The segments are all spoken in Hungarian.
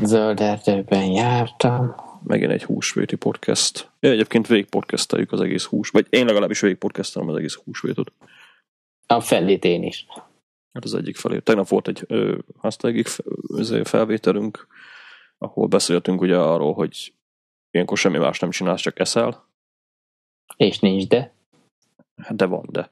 Zöld erdőben jártam. Megint egy húsvéti podcast. Egyébként végigpodcaszteljük az egész vagy én legalábbis végigpodcasztelem az egész húsvétot. A felét én is. Hát az egyik felé. Tegnap volt egy hashtag felvételünk, ahol beszéltünk ugye arról, hogy ilyenkor semmi más nem csinálsz, csak eszel. És nincs de. Hát de van, de.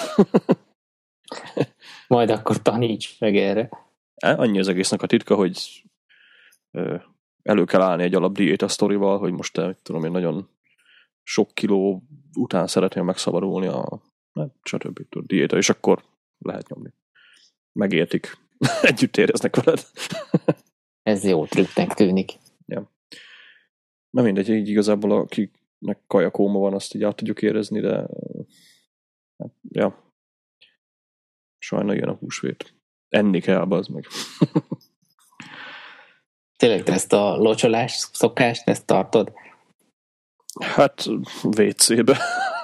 Majd akkor taníts meg erre. Annyi az egésznek a titka, hogy elő kell állni egy alapdiéta sztorival, hogy most te, tudom én, nagyon sok kiló után szeretnél megszabadulni stb. Diéta, és akkor lehet nyomni. Megértik. Együtt éreznek veled. Ez jó trükknek tűnik. Ja. Na mindegy, így igazából akinek kajakóma van, azt így át tudjuk érezni, de hát, ja. Sajna jön a húsvét. Enni kell, bazd meg. Tényleg te ezt a locsolás szokást, ezt tartod? Hát WC-be.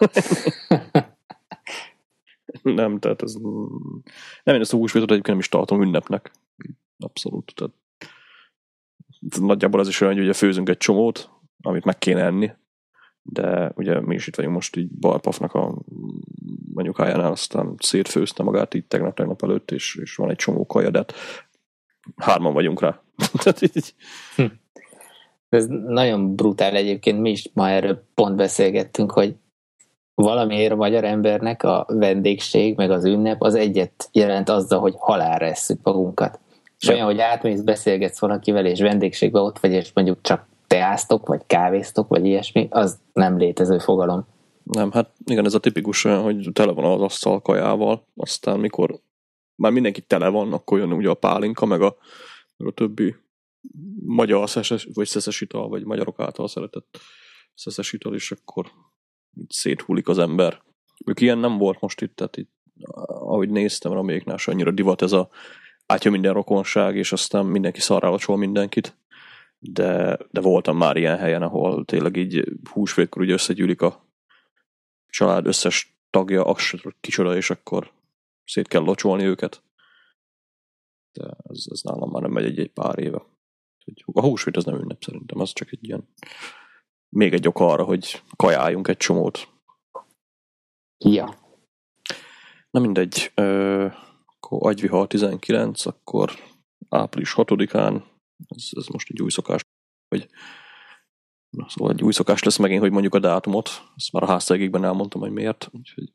Nem, tehát ez nem, én ezt a húsvétot egyébként nem is tartom ünnepnek. Abszolút. Tehát nagyjából az is olyan, hogy ugye főzünk egy csomót, amit meg kéne enni, de ugye mi is itt vagyunk most így Balpafnak a anyukájánál, aztán szétfőzte magát így tegnap előtt, és van egy csomó kaja, de hát 3-an vagyunk rá. Tehát így. Ez nagyon brutál egyébként, mi is ma erről pont beszélgettünk, hogy valamiért a magyar embernek a vendégség, meg az ünnep az egyet jelent azzal, hogy halálra esszük magunkat. És olyan, hogy átmész, beszélgetsz valakivel, és vendégségben ott vagy, és mondjuk csak teáztok, vagy kávéztok, vagy ilyesmi, az nem létező fogalom. Nem, hát igen, ez a tipikus olyan, hogy tele van az asztal kajával, aztán mikor már mindenki tele van, akkor jön ugye a pálinka, meg a többi magyar szeszes ital, vagy magyarok által szeretett szeszes ital, és akkor így széthullik az ember. Ők ilyen nem volt most itt, tehát itt, ahogy néztem, reméknál se annyira divat ez a átjön minden rokonság, és aztán mindenki szarrálocsol mindenkit. De voltam már ilyen helyen, ahol tényleg így húsvétkor ugye összegyűlik a család összes tagja, az kicsoda, és akkor szét kell locsolni őket. De ez nálam már nem megy egy pár éve. A húsvét az nem ünnep szerintem, az csak egy ilyen még egy ok arra, hogy kajáljunk egy csomót. Ja. Na mindegy, akkor agyvihar 19, akkor április 6-án, ez most egy új szokás, hogy szóval egy új szokás lesz megint, hogy mondjuk a dátumot, ezt már a háztegékben elmondtam, hogy miért. Úgyhogy,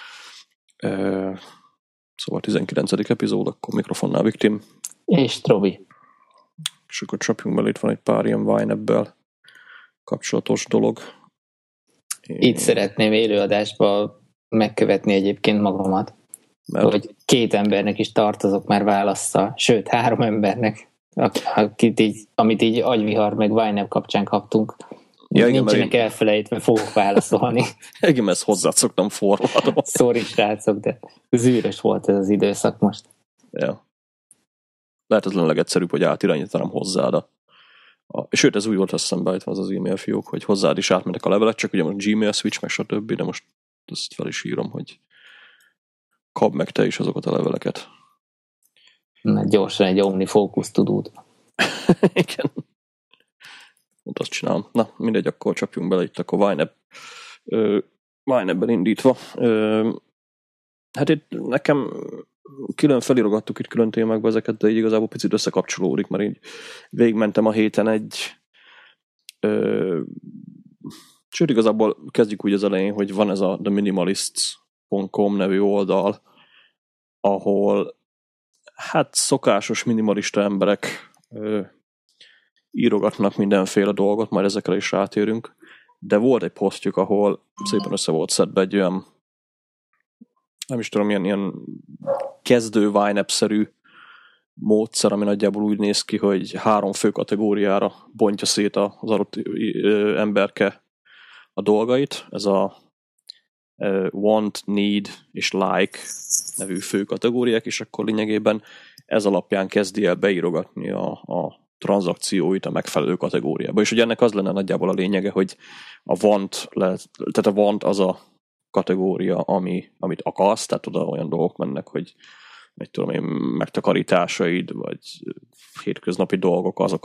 szóval 19. epizód, akkor mikrofonnál Viktim. És Trobi. És akkor csapjunk bele, itt van egy pár ilyen Wine-ebbel kapcsolatos dolog. Itt szeretném élőadásba megkövetni egyébként magamat. Mert? Hogy 2 embernek is tartozok már válasszal, sőt 3 embernek, amit így agyvihar meg Wine kapcsán kaptunk. Ja, nincsenek elfelejtve, fogok válaszolni. Igen, ezt hozzád szoktam forradolni. Sorry, srácok, de zűrös volt ez az időszak most. Ja. Lehet az lenne legegyszerűbb, hogy átirányítanám hozzád. Sőt, ez úgy volt, azt hiszem beállítva az e-mail fiók, hogy hozzád is átmentek a levelek, csak ugye most Gmail switch, meg stb., de most ezt fel is írom, hogy kapd meg te is azokat a leveleket. Na, gyorsan egy OmniFocus tudód. Igen. Ott azt csinálom. Na, mindegy, akkor csapjunk bele itt, akkor Wine-ebben indítva. Hát itt nekem külön felirogattuk itt külön témákba ezeket, de így igazából picit összekapcsolódik, mert így végigmentem a héten sőt, igazából kezdjük úgy az elején, hogy van ez a theminimalists.com nevű oldal, ahol hát szokásos minimalista emberek írogatnak mindenféle dolgot, majd ezekre is rátérünk, de volt egy posztjuk, ahol szépen össze volt szedve egy olyan, nem is tudom, ilyen kezdő Wine-szerű módszer, ami nagyjából úgy néz ki, hogy 3 fő kategóriára bontja szét az adott emberke a dolgait. Ez a want, need és like nevű fő kategóriák, és akkor lényegében ez alapján kezdi el beírogatni a tranzakcióit a megfelelő kategóriába. És ugye ennek az lenne nagyjából a lényege, hogy tehát a want az a kategória, amit akarsz, tehát oda olyan dolgok mennek, hogy megtakarításaid, vagy hétköznapi dolgok, azok a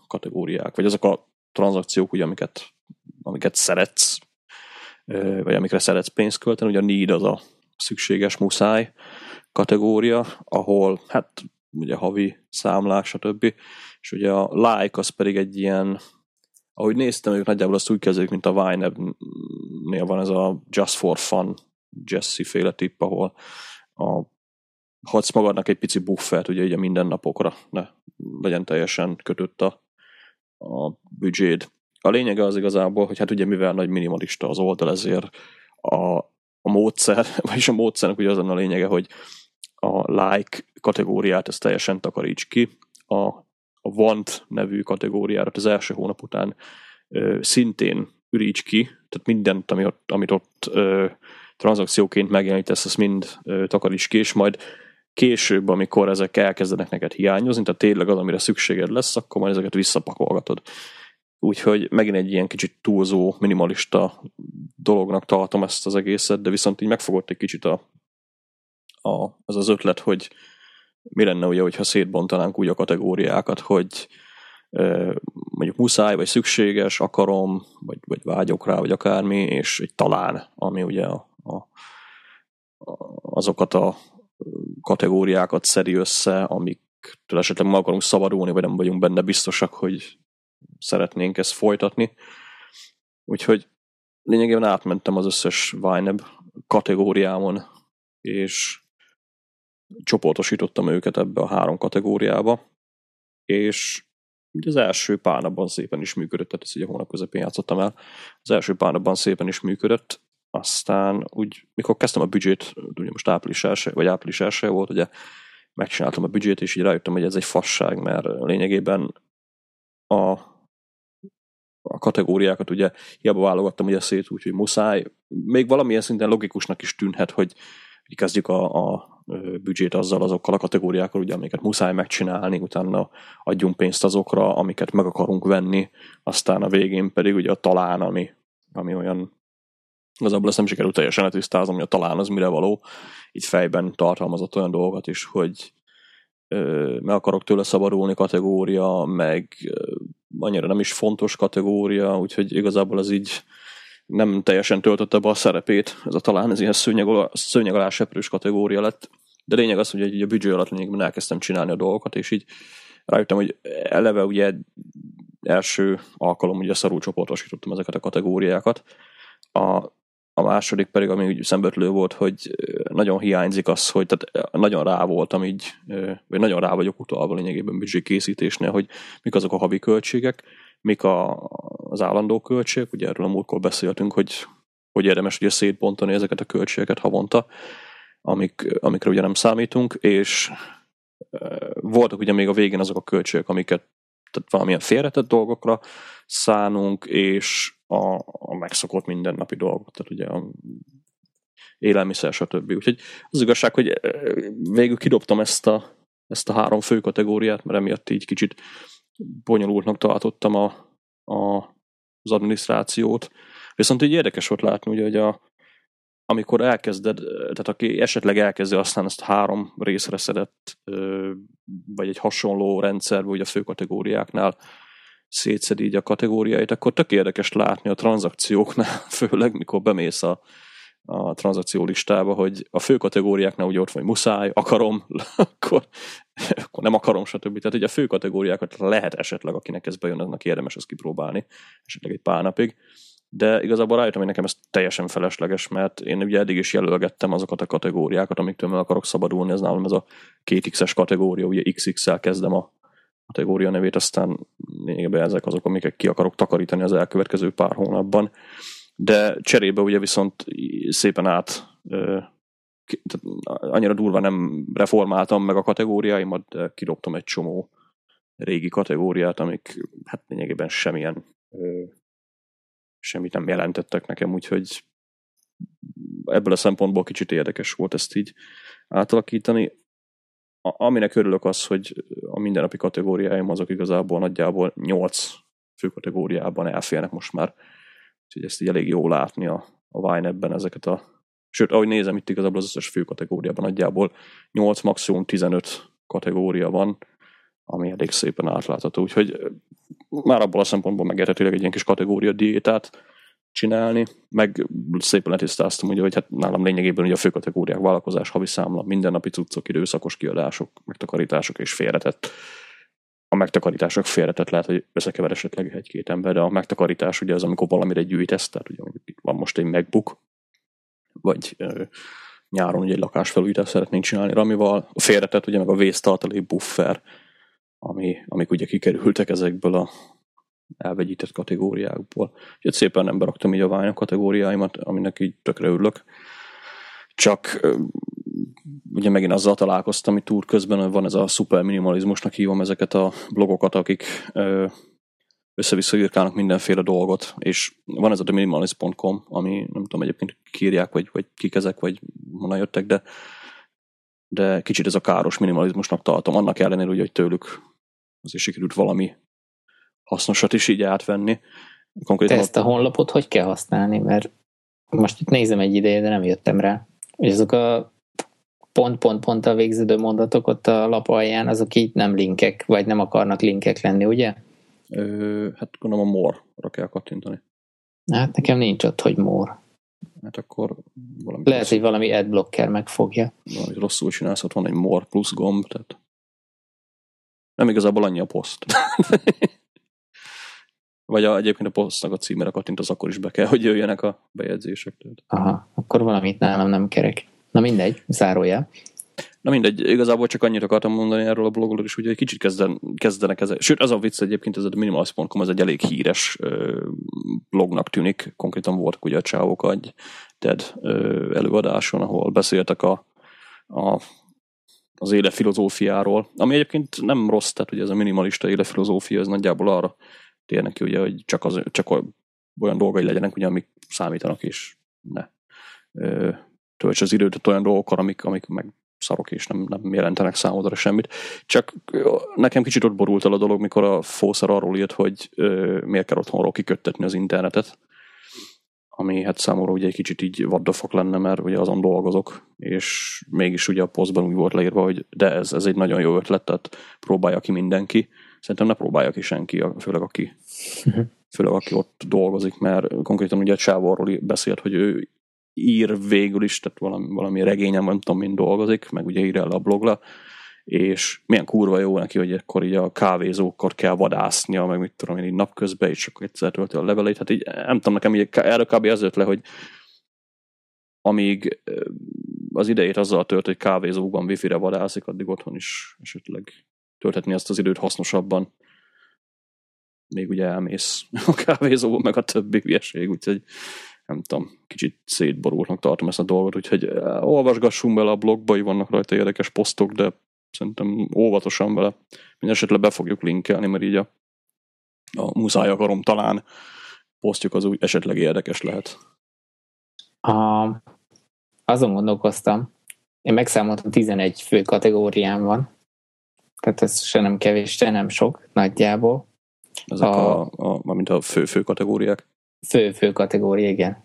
kategóriák, vagy azok a tranzakciók, ugye, amiket szeretsz, vagy amikre szeretsz pénzt költeni, ugye a need az a szükséges, muszáj kategória, ahol hát ugye havi számlák, stb. És ugye a like az pedig egy ilyen, ahogy néztem, ők nagyjából azt úgy kezdődik, mint a Vine-nél van ez a Just for Fun Jesse féle tipp, ahol hadsz magadnak egy pici buffert, ugye így a mindennapokra, ne legyen teljesen kötött a büdzséd. A lényege az igazából, hogy hát ugye mivel nagy minimalista az oldal, ezért a módszer, vagyis a módszernek ugye azon a lényege, hogy a like kategóriát ezt teljesen takaríts ki, a want nevű kategóriára az első hónap után szintén üríts ki, tehát mindent, amit ott tranzakcióként megjelenítesz, ezt mind takaríts ki, és majd később, amikor ezek elkezdenek neked hiányozni, tehát tényleg az, amire szükséged lesz, akkor majd ezeket visszapakolgatod. Úgyhogy megint egy ilyen kicsit túlzó, minimalista dolognak tartom ezt az egészet, de viszont így megfogott egy kicsit az az ötlet, hogy mi lenne ugye, hogyha szétbontanánk úgy a kategóriákat, hogy mondjuk muszáj, vagy szükséges, akarom, vagy vágyok rá, vagy akármi, és egy talán, ami ugye azokat a kategóriákat szedi össze, amiktől esetleg meg akarunk szabadulni, vagy nem vagyunk benne biztosak, hogy szeretnénk ezt folytatni. Úgyhogy lényegében átmentem az összes Vineb kategóriámon, és csoportosítottam őket ebbe a 3 kategóriába, és ugye az első pár napban szépen is működött, tehát ezt ugye hónap közepén játszottam el, az első pár napban szépen is működött, aztán úgy, mikor kezdtem a büdzsét, ugye most április 1 volt, ugye megcsináltam a büdzsét, és így rájöttem, hogy ez egy fasság, mert lényegében a kategóriákat ugye hiába válogattam ugye szét, úgyhogy muszáj. Még valamilyen szinten logikusnak is tűnhet, hogy kezdjük a büdzsét azokkal a kategóriákkal, ugye, amiket muszáj megcsinálni, utána adjunk pénzt azokra, amiket meg akarunk venni, aztán a végén pedig ugye a talán, ami olyan igazából ezt nem sikerült teljesen letisztáznom, hogy a talán az mire való. Így fejben tartalmazott olyan dolgokat is, hogy meg akarok tőle szabadulni kategória, meg annyira nem is fontos kategória, úgyhogy igazából az így nem teljesen töltötte be a szerepét. Ez a talán ez ilyen szőnyeg alá seprős kategória lett. De lényeg az, hogy így a büdzsé alatt lényegben elkezdtem csinálni a dolgokat, és így rájöttem, hogy eleve ugye első alkalom ugye szarul csoportosítottam ezeket a kategóriákat. A második pedig, ami úgy szembeötlő volt, hogy nagyon hiányzik az, hogy tehát nagyon rá voltam így, vagy nagyon rá vagyok utalva lényegében büdzsékészítésnél, hogy mik azok a havi költségek, mik az állandó költségek, ugye erről a múltkor beszéltünk, hogy érdemes ugye szétbontani ezeket a költségeket havonta, amikre ugye nem számítunk, és voltak ugye még a végén azok a költségek, amiket tehát valamilyen félretett dolgokra szánunk, és a megszokott mindennapi dolgok, tehát ugye a élelmiszer, stb. Úgyhogy az igazság, hogy végül kidobtam ezt a 3 fő kategóriát, mert emiatt így kicsit bonyolultnak tartottam az adminisztrációt. Viszont így érdekes volt látni, ugye, hogy amikor elkezded, tehát aki esetleg elkezdi aztán ezt 3 részre szedett, vagy egy hasonló rendszerbe, ugye a fő kategóriáknál szétszedi így a kategóriáit, akkor tök érdekes látni a tranzakcióknál, főleg mikor bemész a tranzakció listába, hogy a fő kategóriáknál ugye ott van, hogy muszáj, akarom, akkor nem akarom, stb. Tehát ugye a fő kategóriákat lehet esetleg, akinek ez bejön, annak érdemes ezt kipróbálni, esetleg egy pár napig. De igazából rájöttem, hogy nekem ez teljesen felesleges, mert én ugye eddig is jelölgettem azokat a kategóriákat, amiktől meg akarok szabadulni, ez nálam ez a 2X-es kategória, ugye XX-szel kezdem a kategória nevét, aztán lényegében ezek azok, amiket ki akarok takarítani az elkövetkező pár hónapban. De cserébe ugye viszont szépen annyira durva nem reformáltam meg a kategóriáimat, de kidobtam egy csomó régi kategóriát, amik hát lényegében semmit nem jelentettek nekem, úgyhogy ebből a szempontból kicsit érdekes volt ezt így átalakítani. Aminek örülök az, hogy a mindennapi kategóriáim azok igazából nagyjából 8 fő kategóriában elférnek most már. Úgyhogy ezt így elég jó látni a Vinebben ezeket sőt, ahogy nézem, itt igazából az összes fő kategóriában nagyjából 8, maximum 15 kategória van, ami elég szépen átlátható. Úgyhogy már abból a szempontból megérhetőleg egy ilyen kis kategória diétát csinálni, meg szépen letisztáztam, ugye, hogy hát nálam lényegében ugye a fő kategóriák vállalkozás, havi számla, mindennapi cuccok, időszakos kiadások, megtakarítások és félretett. A megtakarítások félretett lehet, hogy összekever esetleg egy-két ember, de a megtakarítás ugye az, amikor valamire gyűjtesz, tehát ugye itt van most egy MacBook, vagy nyáron ugye egy lakásfelújítást szeretnénk csinálni Ramival, a félretett ugye meg a vésztartalék buffer, amik ugye kikerültek ezekből a elvegyített kategóriákból. Úgyhogy szépen nem beraktam így a Vine kategóriáimat, aminek így tökre örülök. Csak ugye megint azzal találkoztam itt úr közben, hogy van ez a szuper minimalizmusnak hívom ezeket a blogokat, akik össze-vissza írkálnak mindenféle dolgot, és van ez a theminimalist.com, ami nem tudom egyébként kírják, vagy kik ezek, vagy honnan jöttek, de kicsit ez a káros minimalizmusnak tartom, annak ellenére, hogy tőlük azért sikerült valami hasznosat is így átvenni. Konkrétan te ezt a honlapot hogy kell használni? Mert most itt nézem egy ideje, de nem jöttem rá. És azok a pont-pont-ponttal végződő mondatok ott a lap alján, azok így nem linkek, vagy nem akarnak linkek lenni, ugye? Hát gondolom a more-ra kell kattintani. Hát nekem nincs ott, hogy more. Hát akkor valami... Lehet, hogy valami adblocker megfogja. Valami rosszul csinálsz, ott van egy more plusz gomb, tehát nem igazából annyi a poszt. Vagy egyébként a posztnak a címére kattintasz, akkor is be kell, hogy jöjjenek a bejegyzések. Aha, akkor valamit nálam nem kerek. Na mindegy, zárójel. Na mindegy, igazából csak annyit akartam mondani erről a blogról is, hogy egy kicsit kezdenek ezek. Sőt, az a vicc egyébként, ez a minimalist.com, ez egy elég híres blognak tűnik. Konkrétan voltak ugye a csávok egy TED előadáson, ahol beszéltek az életfilozófiáról, ami egyébként nem rossz, tehát ugye ez a minimalista életfilozófia, ez nagyjából arra tér neki, ugye, hogy csak olyan dolgai legyenek, ugye, amik számítanak, és ne tölts az időt olyan dolgokkal, amik meg szarok, és nem jelentenek számodra semmit. Csak nekem kicsit ott borult el a dolog, mikor a Fószer arról írt, hogy miért kell otthonról kiköttetni az internetet, ami hát számomra ugye egy kicsit így what the fuck lenne, mert ugye azon dolgozok, és mégis ugye a posztban úgy volt leírva, hogy de ez egy nagyon jó ötlet, tehát próbálja ki mindenki. Szerintem ne próbálja ki senki, főleg aki ott dolgozik, mert konkrétan ugye a csávó arról beszélt, hogy ő ír végül is, tehát valami regényen, nem tudom, mint dolgozik, meg ugye ír el a blogla, és milyen kurva jó neki, hogy akkor így a kávézókkor kell vadásznia, meg mit tudom én, így napközben, és csak egyszer tölti a leveleit. Hát így nem tudom, nekem így erről kb. Az jött le, hogy amíg az idejét azzal tölt, hogy kávézókban wifi-re vadászik, addig otthon is esetleg tölthetni ezt az időt hasznosabban. Még ugye elmész a kávézóban, meg a többi hülyeség, úgyhogy nem tudom, kicsit szétborultnak tartom ezt a dolgot, úgyhogy olvasgassunk bele a blogba, hogy vannak rajta érdekes posztok, de szerintem óvatosan vele. Mindenesetre be fogjuk linkelni, mert így a muszáj akarom talán posztjuk az úgy esetleg érdekes lehet. Azon gondolkoztam, én megszámoltam 11 fő kategóriám van, tehát ez se nem kevés, se nem sok nagyjából. Ezek mint a fő kategóriák? Fő kategória, igen.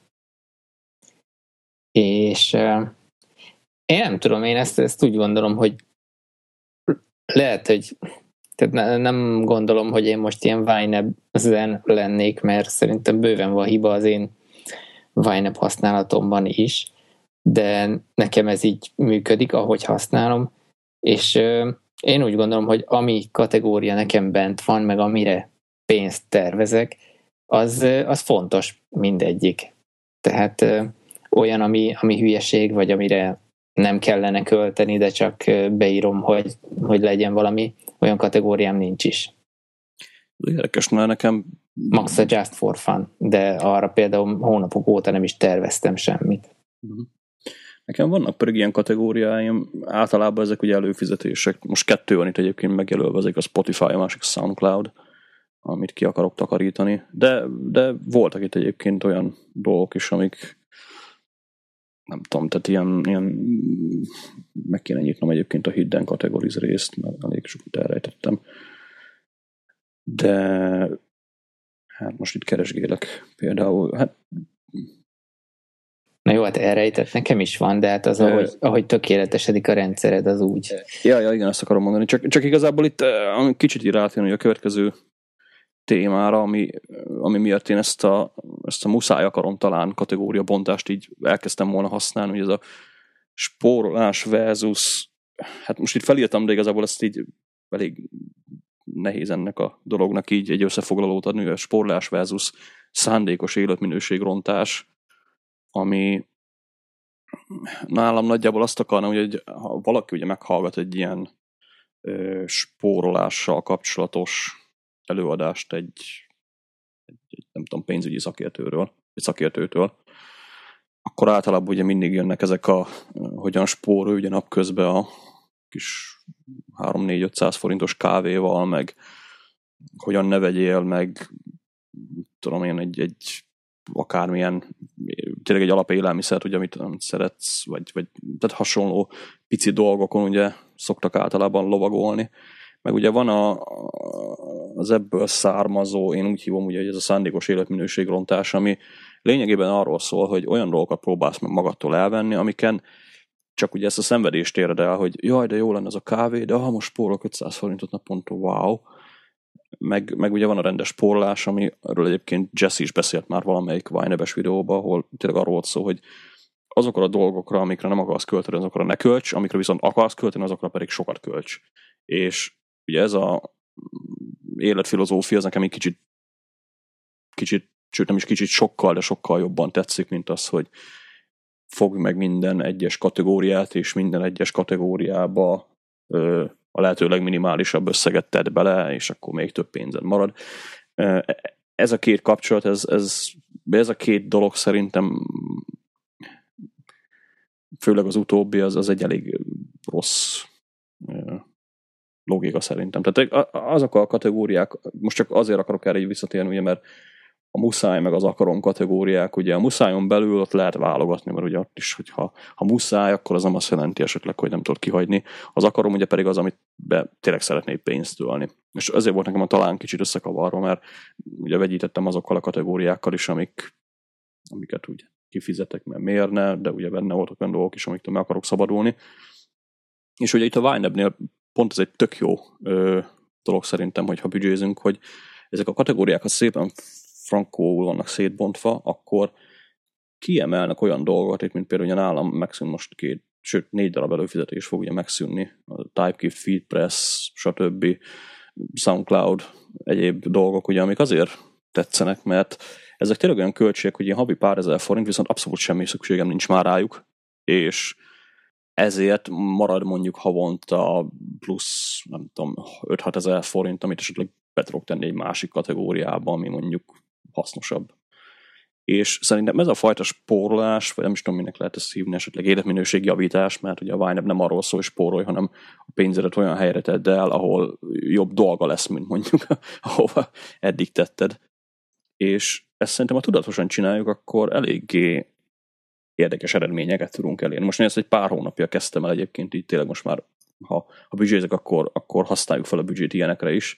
És én nem tudom, én ezt úgy gondolom, hogy lehet, hogy tehát nem gondolom, hogy én most ilyen Vine-zen lennék, mert szerintem bőven van hiba az én Vine használatomban is, de nekem ez így működik, ahogy használom, és én úgy gondolom, hogy ami kategória nekem bent van, meg amire pénzt tervezek, az fontos mindegyik. Tehát olyan, ami hülyeség, vagy amire nem kellene költeni, de csak beírom, hogy legyen valami, olyan kategóriám nincs is. Érdekes, mert nekem... Max a just for fun, de arra például hónapok óta nem is terveztem semmit. Nekem vannak pedig ilyen kategóriáim, általában ezek ugye előfizetések. Most 2 van itt egyébként megjelölve, ezek a Spotify, a másik SoundCloud, amit ki akarok takarítani. De voltak itt egyébként olyan dolgok is, amik nem tudom, tehát ilyen meg kéne nyitnom egyébként a Hidden Categories részt, mert elég sokat elrejtettem. De hát most itt keresgélek például. Hát, na jó, hát elrejtett nekem is van, de hát az, ahogy tökéletesedik a rendszered, az úgy. Ja, igen, azt akarom mondani. Csak igazából itt kicsit így rátérni, hogy a következő témára, ami miatt én ezt a muszáj akarom talán kategória bontást így elkezdtem volna használni, hogy ez a spórolás versus, hát most itt felírtam, de igazából ezt így elég nehéz ennek a dolognak így egy összefoglalót adni, a spórolás versus szándékos életminőségrontás, ami nálam nagyjából azt akarna, hogy ha valaki ugye meghallgat egy ilyen spórolással kapcsolatos előadást egy nem tudom, pénzügyi szakértőtől, akkor általában ugye mindig jönnek ezek hogyan spórolj ugye napközben a kis 3-4-500 forintos kávéval, meg hogyan ne vegyél, meg tudom én egy akármilyen, tényleg egy alapélelmiszert, ugye, amit szeretsz, vagy tehát hasonló pici dolgokon ugye szoktak általában lovagolni. Meg ugye van az ebből származó, én úgy hívom ugye, hogy ez a szándékos életminőségrontás, ami lényegében arról szól, hogy olyan dolgokat próbálsz meg magadtól elvenni, amiken csak ugye ezt a szenvedést éred el, hogy jaj, de jó lenne az a kávé, de ha most spórolok 500 forintot naponta, wow. Meg ugye van a rendes spórolás, amiről egyébként Jesse is beszélt már valamelyik Vine-es videóban, ahol tényleg arról volt szó, hogy azokra a dolgokra, amikre nem akarsz költeni, azokra ne költs, amikre viszont akarsz költeni, azokra pedig sokat költs. És ugye ez a életfilozófia, az nekem egy kicsit, sőt nem is kicsit, sokkal, de sokkal jobban tetszik, mint az, hogy fogj meg minden egyes kategóriát, és minden egyes kategóriába a lehető legminimálisabb összeget tedd bele, és akkor még több pénzed marad. Ez a két kapcsolat, ez a két dolog szerintem, főleg az utóbbi, az egy elég rossz logika szerintem. Tehát azok a kategóriák, most csak azért akarok erre visszatérni, ugye, mert a muszáj meg az akarom kategóriák, ugye a muszájon belül ott lehet válogatni, mert ugye ott is, hogyha muszáj, akkor az nem azt jelenti esetleg, hogy nem tudod kihagyni. Az akarom ugye pedig az, amit tényleg szeretnék pénzt tölni. És azért volt nekem talán kicsit összekavarva, mert ugye vegyítettem azokkal a kategóriákkal is, amiket úgy kifizetek, mert miért ne, de ugye benne voltak olyan dolgok is, amiktől meg akarok szabadulni. És ugye itt a Vine-nél pont ez egy tök jó dolog szerintem, hogyha büdzsézünk, hogy ezek a kategóriák, ha szépen frankóul vannak szétbontva, akkor kiemelnek olyan dolgokat, mint például ugye nálam megszűn most 4 darab előfizetés fog ugye megszűnni, a Typekit, Feedpress, stb. SoundCloud, egyéb dolgok, ugye, amik azért tetszenek, mert ezek tényleg olyan költségek, hogy ilyen havi pár ezer forint, viszont abszolút semmi szükségem nincs már rájuk, és ezért marad mondjuk havonta plusz, nem tudom, 5-6 ezer forint, amit esetleg be tudok tenni egy másik kategóriába, ami mondjuk hasznosabb. És szerintem ez a fajta spórolás, vagy nem is tudom, minek lehet ezt hívni, esetleg életminőségjavítás, mert ugye a Vine nem arról szól, hogy spórolj, hanem a pénzedet olyan helyre tedd el, ahol jobb dolga lesz, mint mondjuk ahova eddig tetted. És ezt szerintem, ha tudatosan csináljuk, akkor eléggé érdekes eredményeket tudunk elérni. Most én ezt egy pár hónapja kezdtem el egyébként, így tényleg most már, ha büdzsézek, akkor használjuk fel a büdzsét ilyenekre is.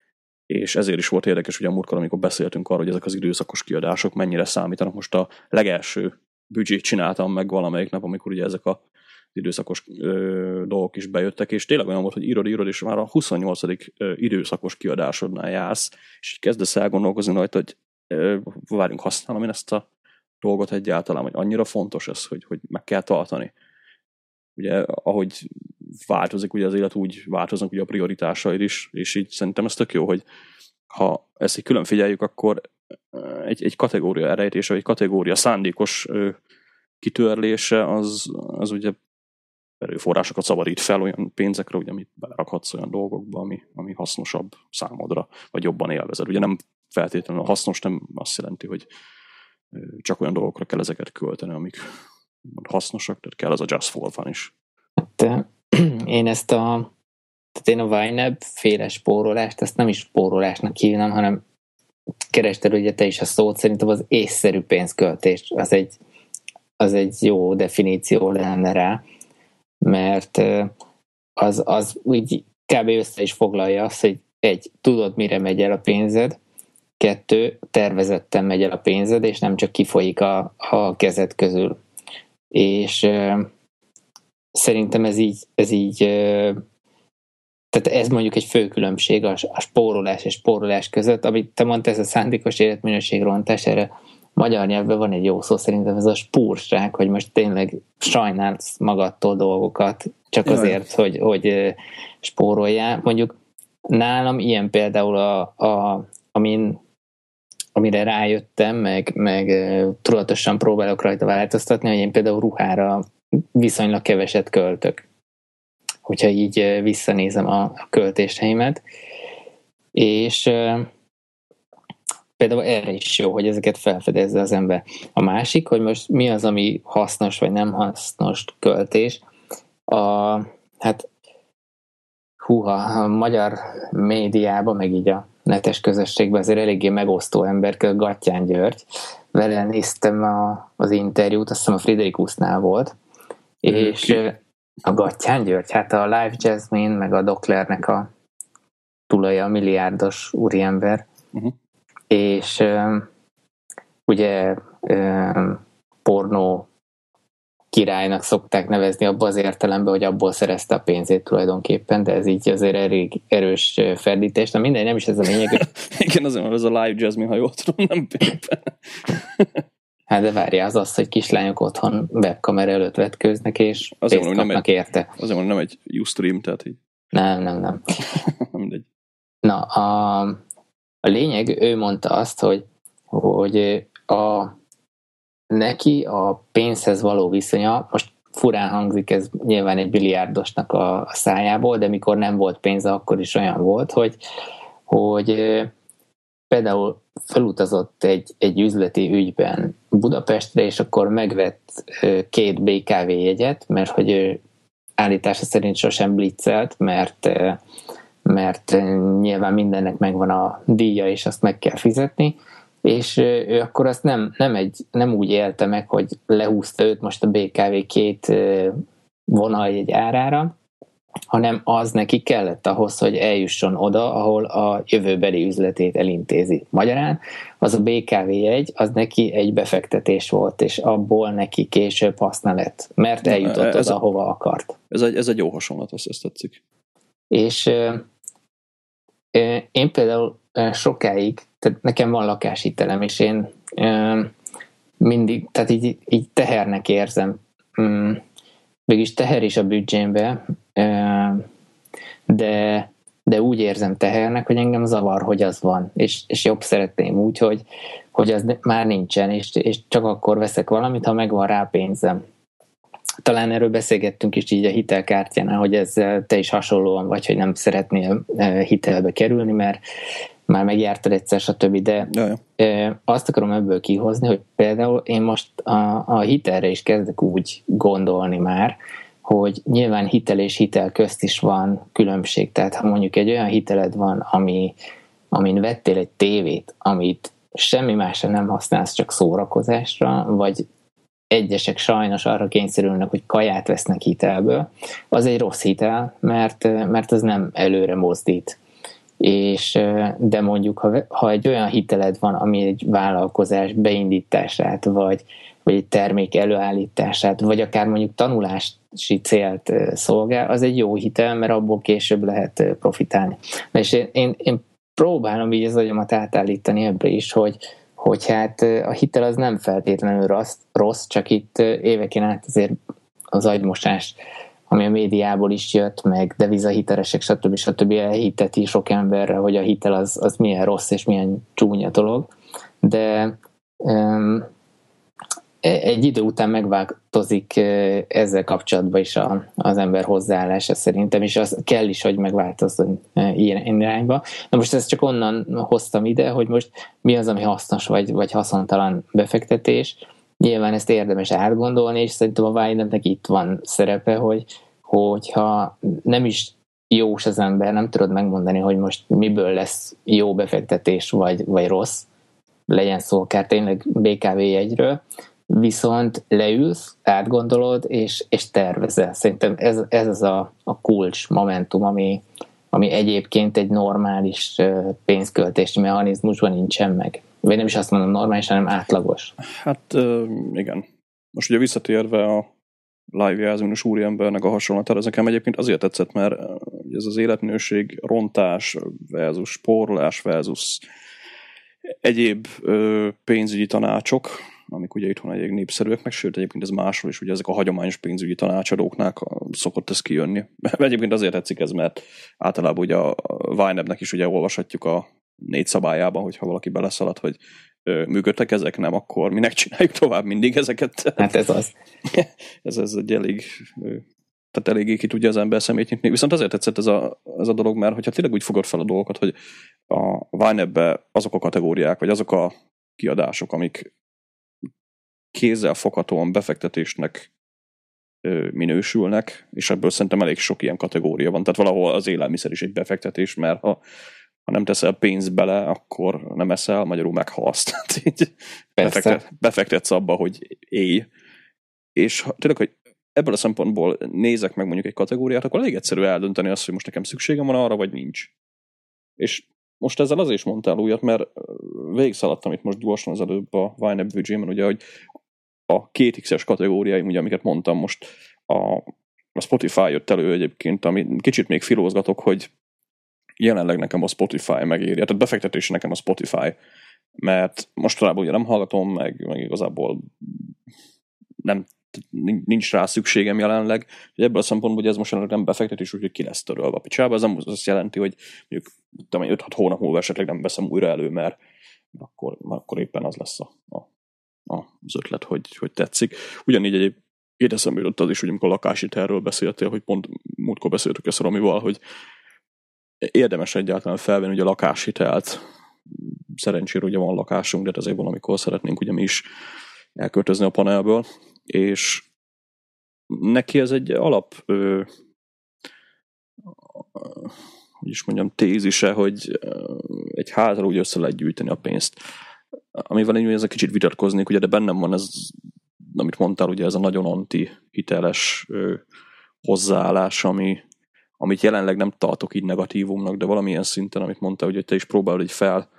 És ezért is volt érdekes, ugye a múltkor, amikor beszéltünk arról, hogy ezek az időszakos kiadások mennyire számítanak. Most a legelső büdzsét csináltam meg valamelyik nap, amikor ugye ezek az időszakos dolgok is bejöttek, és tényleg olyan volt, hogy írod, és már a 28. időszakos kiadásodnál jársz, és kezdesz elgondolkozni rajta, hogy várjunk, használom én ezt a dolgot egyáltalán, hogy annyira fontos ez, hogy meg kell tartani. Ugye, ahogy változik ugye az élet, úgy változnak ugye a prioritásaid is, és így szerintem ez tök jó, hogy ha ezt így külön figyeljük, akkor egy kategória elrejtése, vagy egy kategória szándékos kitörlése, az ugye erőforrásokat szabadít fel olyan pénzekre, ugye, amit belerakhatsz olyan dolgokba, ami hasznosabb számodra, vagy jobban élvezed. Ugye nem feltétlenül a hasznos, nem azt jelenti, hogy csak olyan dolgokra kell ezeket költeni, amik hasznosak, tehát kell az a just for fun is. Hát, én a Vine féle spórolást, ezt nem is spórolásnak hívnám, hanem kerested ugye te is a szót, szerintem az észszerű pénzköltés, az egy jó definíció lenne rá, mert az úgy kb. Össze is foglalja azt, hogy 1. Tudod, mire megy el a pénzed, 2. Tervezetten megy el a pénzed, és nem csak kifolyik a kezed közül. És szerintem ez így Tehát ez mondjuk egy fő különbség a spórolás és spórolás között, amit te mondtad, ez a szándékos életminőségrontás, erre magyar nyelvben van egy jó szó, szerintem ez a spúrság, hogy most tényleg sajnálsz magadtól dolgokat, csak azért, hogy spóroljál. Mondjuk nálam ilyen például amire rájöttem, meg tudatosan próbálok rajta változtatni, hogy én például ruhára viszonylag keveset költök, hogyha így visszanézem a költéseimet, és például erre is jó, hogy ezeket felfedezze az ember. A másik, hogy most mi az, ami hasznos vagy nem hasznos költés, a magyar médiában, meg így a netes közösségben azért eléggé megosztó ember, Gattyán György. Vele néztem az interjút, azt hiszem a Fridericusnál volt, és a Gattyán György, hát a Live Jasmine, meg a Doklernek a tulaja, a milliárdos úriember, és ugye pornó királynak szokták nevezni abban az értelemben, hogy abból szerezte a pénzét tulajdonképpen, de ez így azért elég erős ferdítés. Na mindegy, nem is ez a lényeg. Igen, azért van ez a Live Jasmine, ha jól tudom, nem pénzben. Hát de várjál, az, hogy kislányok otthon webkamera előtt vetkőznek, és pénzt kapnak érte. Azért van, nem egy Ustream, tehát így. Nem. Mindegy. Na, a lényeg, ő mondta azt, hogy neki a pénzhez való viszonya, most furán hangzik, ez nyilván egy biliárdosnak a szájából, de mikor nem volt pénze, akkor is olyan volt, hogy például felutazott egy üzleti ügyben Budapestre, és akkor megvett 2 BKV jegyet, mert hogy ő állítása szerint sosem blitzelt, mert nyilván mindennek megvan a díja, és azt meg kell fizetni, és ő akkor azt nem úgy élte meg, hogy lehúzta őt most a BKV 2 vonaljegy árára, hanem az neki kellett ahhoz, hogy eljusson oda, ahol a jövőbeli üzletét elintézi. Magyarán az a BKV jegy, az neki egy befektetés volt, és abból neki később haszna lett, mert eljutott oda, hova akart. Ez egy jó hasonlat, ezt tetszik. És én például sokáig, tehát nekem van lakáshitelem, és én mindig, tehát így tehernek érzem. Mégis teher is a büdzsémbe, de úgy érzem tehernek, hogy engem zavar, hogy az van, és jobb szeretném úgy, hogy az már nincsen, és csak akkor veszek valamit, ha megvan rá pénzem. Talán erről beszélgettünk is így a hitelkártyánál, hogy ezzel te is hasonlóan vagy, hogy nem szeretnél hitelbe kerülni, mert már megjártad egyszer, stb. De azt akarom ebből kihozni, hogy például én most a hitelre is kezdek úgy gondolni már, hogy nyilván hitel és hitel közt is van különbség. Tehát ha mondjuk egy olyan hiteled van, amin vettél egy tévét, amit semmi másra nem használsz, csak szórakozásra, vagy egyesek sajnos arra kényszerülnek, hogy kaját vesznek hitelből, az egy rossz hitel, mert az nem előre mozdít. De mondjuk, ha egy olyan hiteled van, ami egy vállalkozás beindítását, vagy egy termék előállítását, vagy akár mondjuk tanulási célt szolgál, az egy jó hitel, mert abból később lehet profitálni. És én próbálom így az agyamat átállítani ebbe is, hogy hát a hitel az nem feltétlenül rossz, csak itt éveken át azért az agymosás, ami a médiából is jött, meg devizahitelesek, stb. Elhiteti sok emberre, hogy a hitel az milyen rossz és milyen csúnya dolog, de egy idő után megváltozik ezzel kapcsolatban is az ember hozzáállása szerintem, és az kell is, hogy megváltozzon ilyen irányba. Na most ezt csak onnan hoztam ide, hogy most mi az, ami hasznos vagy haszontalan befektetés. Nyilván ezt érdemes átgondolni, és szerintem a Weidennek itt van szerepe, hogyha nem is jós az ember, nem tudod megmondani, hogy most miből lesz jó befektetés vagy rossz, legyen szó akár tényleg BKV jegyről, viszont leülsz, átgondolod, és tervezel. Szerintem ez az a kulcs momentum, ami egyébként egy normális pénzköltési mechanizmusban nincsen meg. Vagy nem is azt mondom normális, hanem átlagos. Hát igen. Most ugye visszatérve Live Jászminus úriembernek a hasonlatára. Ez nekem egyébként azért tetszett, mert ez az életminőség rontás versus spórolás versus egyéb pénzügyi tanácsok, amik ugye itthon egyébként népszerűek, meg sőt egyébként ez máshol is, ugye ezek a hagyományos pénzügyi tanácsadóknák szokott ez kijönni. Egyébként azért tetszik ez, mert általában ugye a YNAB-nek is ugye olvashatjuk a 4 szabályában, hogyha valaki beleszalad, hogy működtek ezek, nem, akkor minek csináljuk tovább mindig ezeket. Hát ez az. ez egy elég, tehát eléggé ki tudja az ember szemét nyitni. Viszont azért tetszett ez a dolog, mert hogyha tényleg úgy fogod fel a dolgokat, hogy a YNAB-be azok a kategóriák, vagy azok a kiadások, amik kézzel foghatóan befektetésnek minősülnek, és ebből szerintem elég sok ilyen kategória van. Tehát valahol az élelmiszer is egy befektetés, mert ha nem teszel pénzt bele, akkor nem eszel, magyarul meghalsz. Befektetsz abba, hogy élj. És tényleg, hogy ebből a szempontból nézek meg mondjuk egy kategóriát, akkor elég egyszerű eldönteni azt, hogy most nekem szükségem van arra, vagy nincs. És most ezzel azért is mondtál újat, mert végigszaladtam itt most gyorsan az előbb a YNAB büdzsében, ugye, hogy a 2x-es kategóriáim, ugye, amiket mondtam most, a Spotify jött elő egyébként, ami kicsit még filózgatok, hogy jelenleg nekem a Spotify megéri. Tehát befektetés nekem a Spotify, mert mostanában ugye nem hallgatom, meg igazából nincs rá szükségem jelenleg. Ebből a szempontból, hogy ez most nem befektetés, úgyhogy ki lesz törölve a picsába. Ez nem azt jelenti, hogy mondjuk 5-6 hónap múlva esetleg nem veszem újra elő, mert akkor éppen az lesz az ötlet, hogy tetszik. Ugyanígy egyébként eszembe jutott az is, hogy amikor lakáshitelről beszéltél, hogy pont múltkor beszéltük ezt Romival, hogy érdemes egyáltalán felvenni ugye a lakáshitelt. Szerencsére ugye van lakásunk, de ezért valamikor szeretnénk ugye mi is elköltözni a panelből, és neki ez egy alap hogy is mondjam, tézise, hogy egy házra úgy össze lehet gyűjteni a pénzt. Amivel én ezzel kicsit vitatkoznék, ugye, de bennem van ez, amit mondtál, ugye ez a nagyon anti-hiteles hozzáállás, amit jelenleg nem tartok így negatívumnak, de valamilyen szinten, amit mondtál, hogy te is próbálod így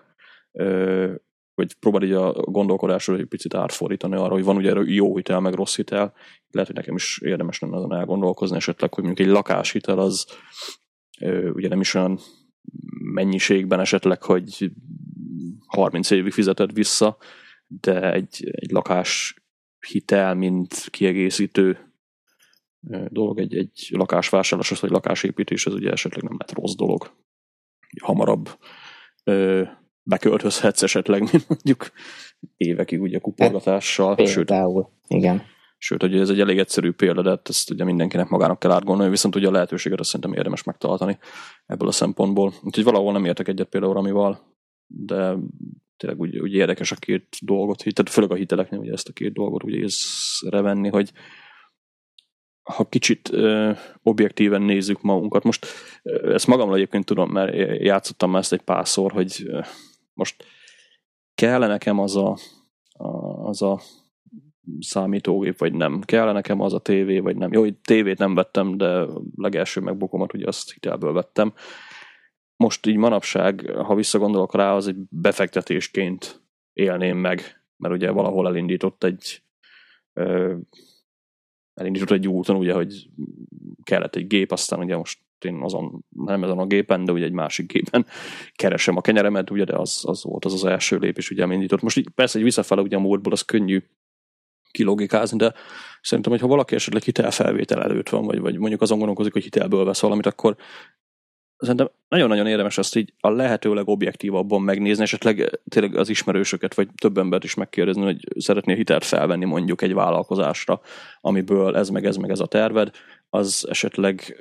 vagy próbálod így a gondolkodásról egy picit átfordítani arra, hogy van ugye jó hitel, meg rossz hitel. Lehet, hogy nekem is érdemes lenne azon elgondolkozni esetleg, hogy mondjuk egy lakáshitel az ugye nem is olyan mennyiségben esetleg, hogy 30 évig fizeted vissza, de egy lakáshitel, mint kiegészítő dolog, egy lakásvásárlás, vagy lakásépítés, ez ugye esetleg nem lett rossz dolog. Hamarabb beköltözhetsz esetleg, mint mondjuk évekig ugye kuporgatással. Például, igen. Sőt, ugye ez egy elég egyszerű példa, de ezt ugye mindenkinek magának kell átgondolni, viszont ugye a lehetőséget azt szerintem érdemes megtartani ebből a szempontból. Úgyhogy valahol nem értek egyet például Ramival, de tényleg úgy érdekes a két dolgot, tehát főleg a hiteleknél ugye ezt a két dolgot ugye észre venni, hogy ha kicsit objektíven nézzük magunkat. Most ezt magamról egyébként tudom, mert játszottam már ezt egy párszor, hogy most kell nekem az a számítógép, vagy nem. Kell nekem az a tévé, vagy nem. Jó, hogy tévét nem vettem, de legelső MacBookomat ugye azt hitelből vettem. Most így manapság, ha visszagondolok rá, az egy befektetésként élném meg, mert ugye valahol elindított egy úton, ugye, hogy kellett egy gép, aztán ugye most én nem ezen a gépen, de ugye egy másik gépen keresem a kenyeremet, ugye, de az volt az első lépés, ugye elindított. Most így, persze, hogy visszafele ugye a múltból az könnyű kilogikázni, de szerintem, hogyha valaki esetleg hitelfelvétel előtt van, vagy mondjuk azon gondolkozik, hogy hitelből vesz valamit, akkor szerintem nagyon-nagyon érdemes azt így a lehetőleg objektívabban megnézni, esetleg tényleg az ismerősöket, vagy több embert is megkérdezni, hogy szeretnél hitelt felvenni mondjuk egy vállalkozásra, amiből ez meg ez a terved, az esetleg,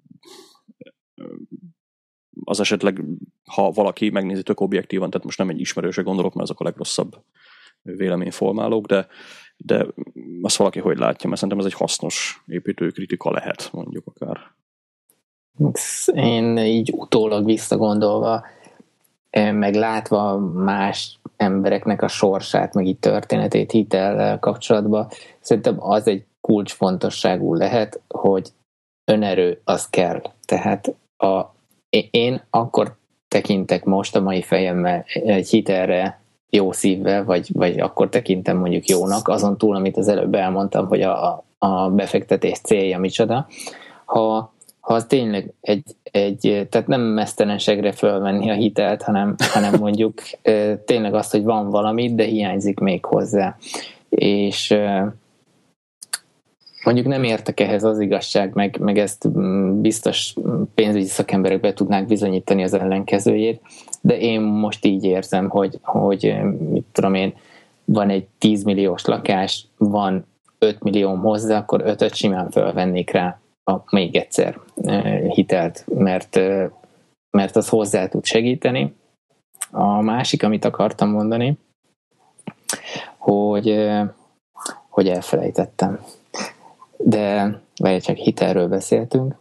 ha valaki megnézi tök objektívan, tehát most nem egy ismerősre gondolok, mert azok a legrosszabb véleményformálók, de azt valaki hogy látja, mert szerintem ez egy hasznos építőkritika lehet, mondjuk akár. Én így utólag visszagondolva, meg látva más embereknek a sorsát, meg így történetét hitellel kapcsolatban, szerintem az egy kulcsfontosságú lehet, hogy önerő az kell. Tehát én akkor tekintek most a mai fejemmel egy hitelre jó szívvel, vagy akkor tekintem mondjuk jónak, azon túl, amit az előbb elmondtam, hogy a a befektetés célja micsoda. Ha az tényleg tehát nem mesztelenségre fölvenni a hitelt, hanem mondjuk tényleg azt, hogy van valami, de hiányzik még hozzá. És mondjuk nem értek ehhez az igazság, meg ezt biztos pénzügyi szakemberek be tudnák bizonyítani az ellenkezőjét, de én most így érzem, hogy mit tudom én, van egy 10 milliós lakás, van 5 millióm hozzá, akkor 5-öt simán fölvennék rá még egyszer hitelt, mert az hozzá tud segíteni. A másik, amit akartam mondani, hogy elfelejtettem. De vagy csak hitelről beszéltünk.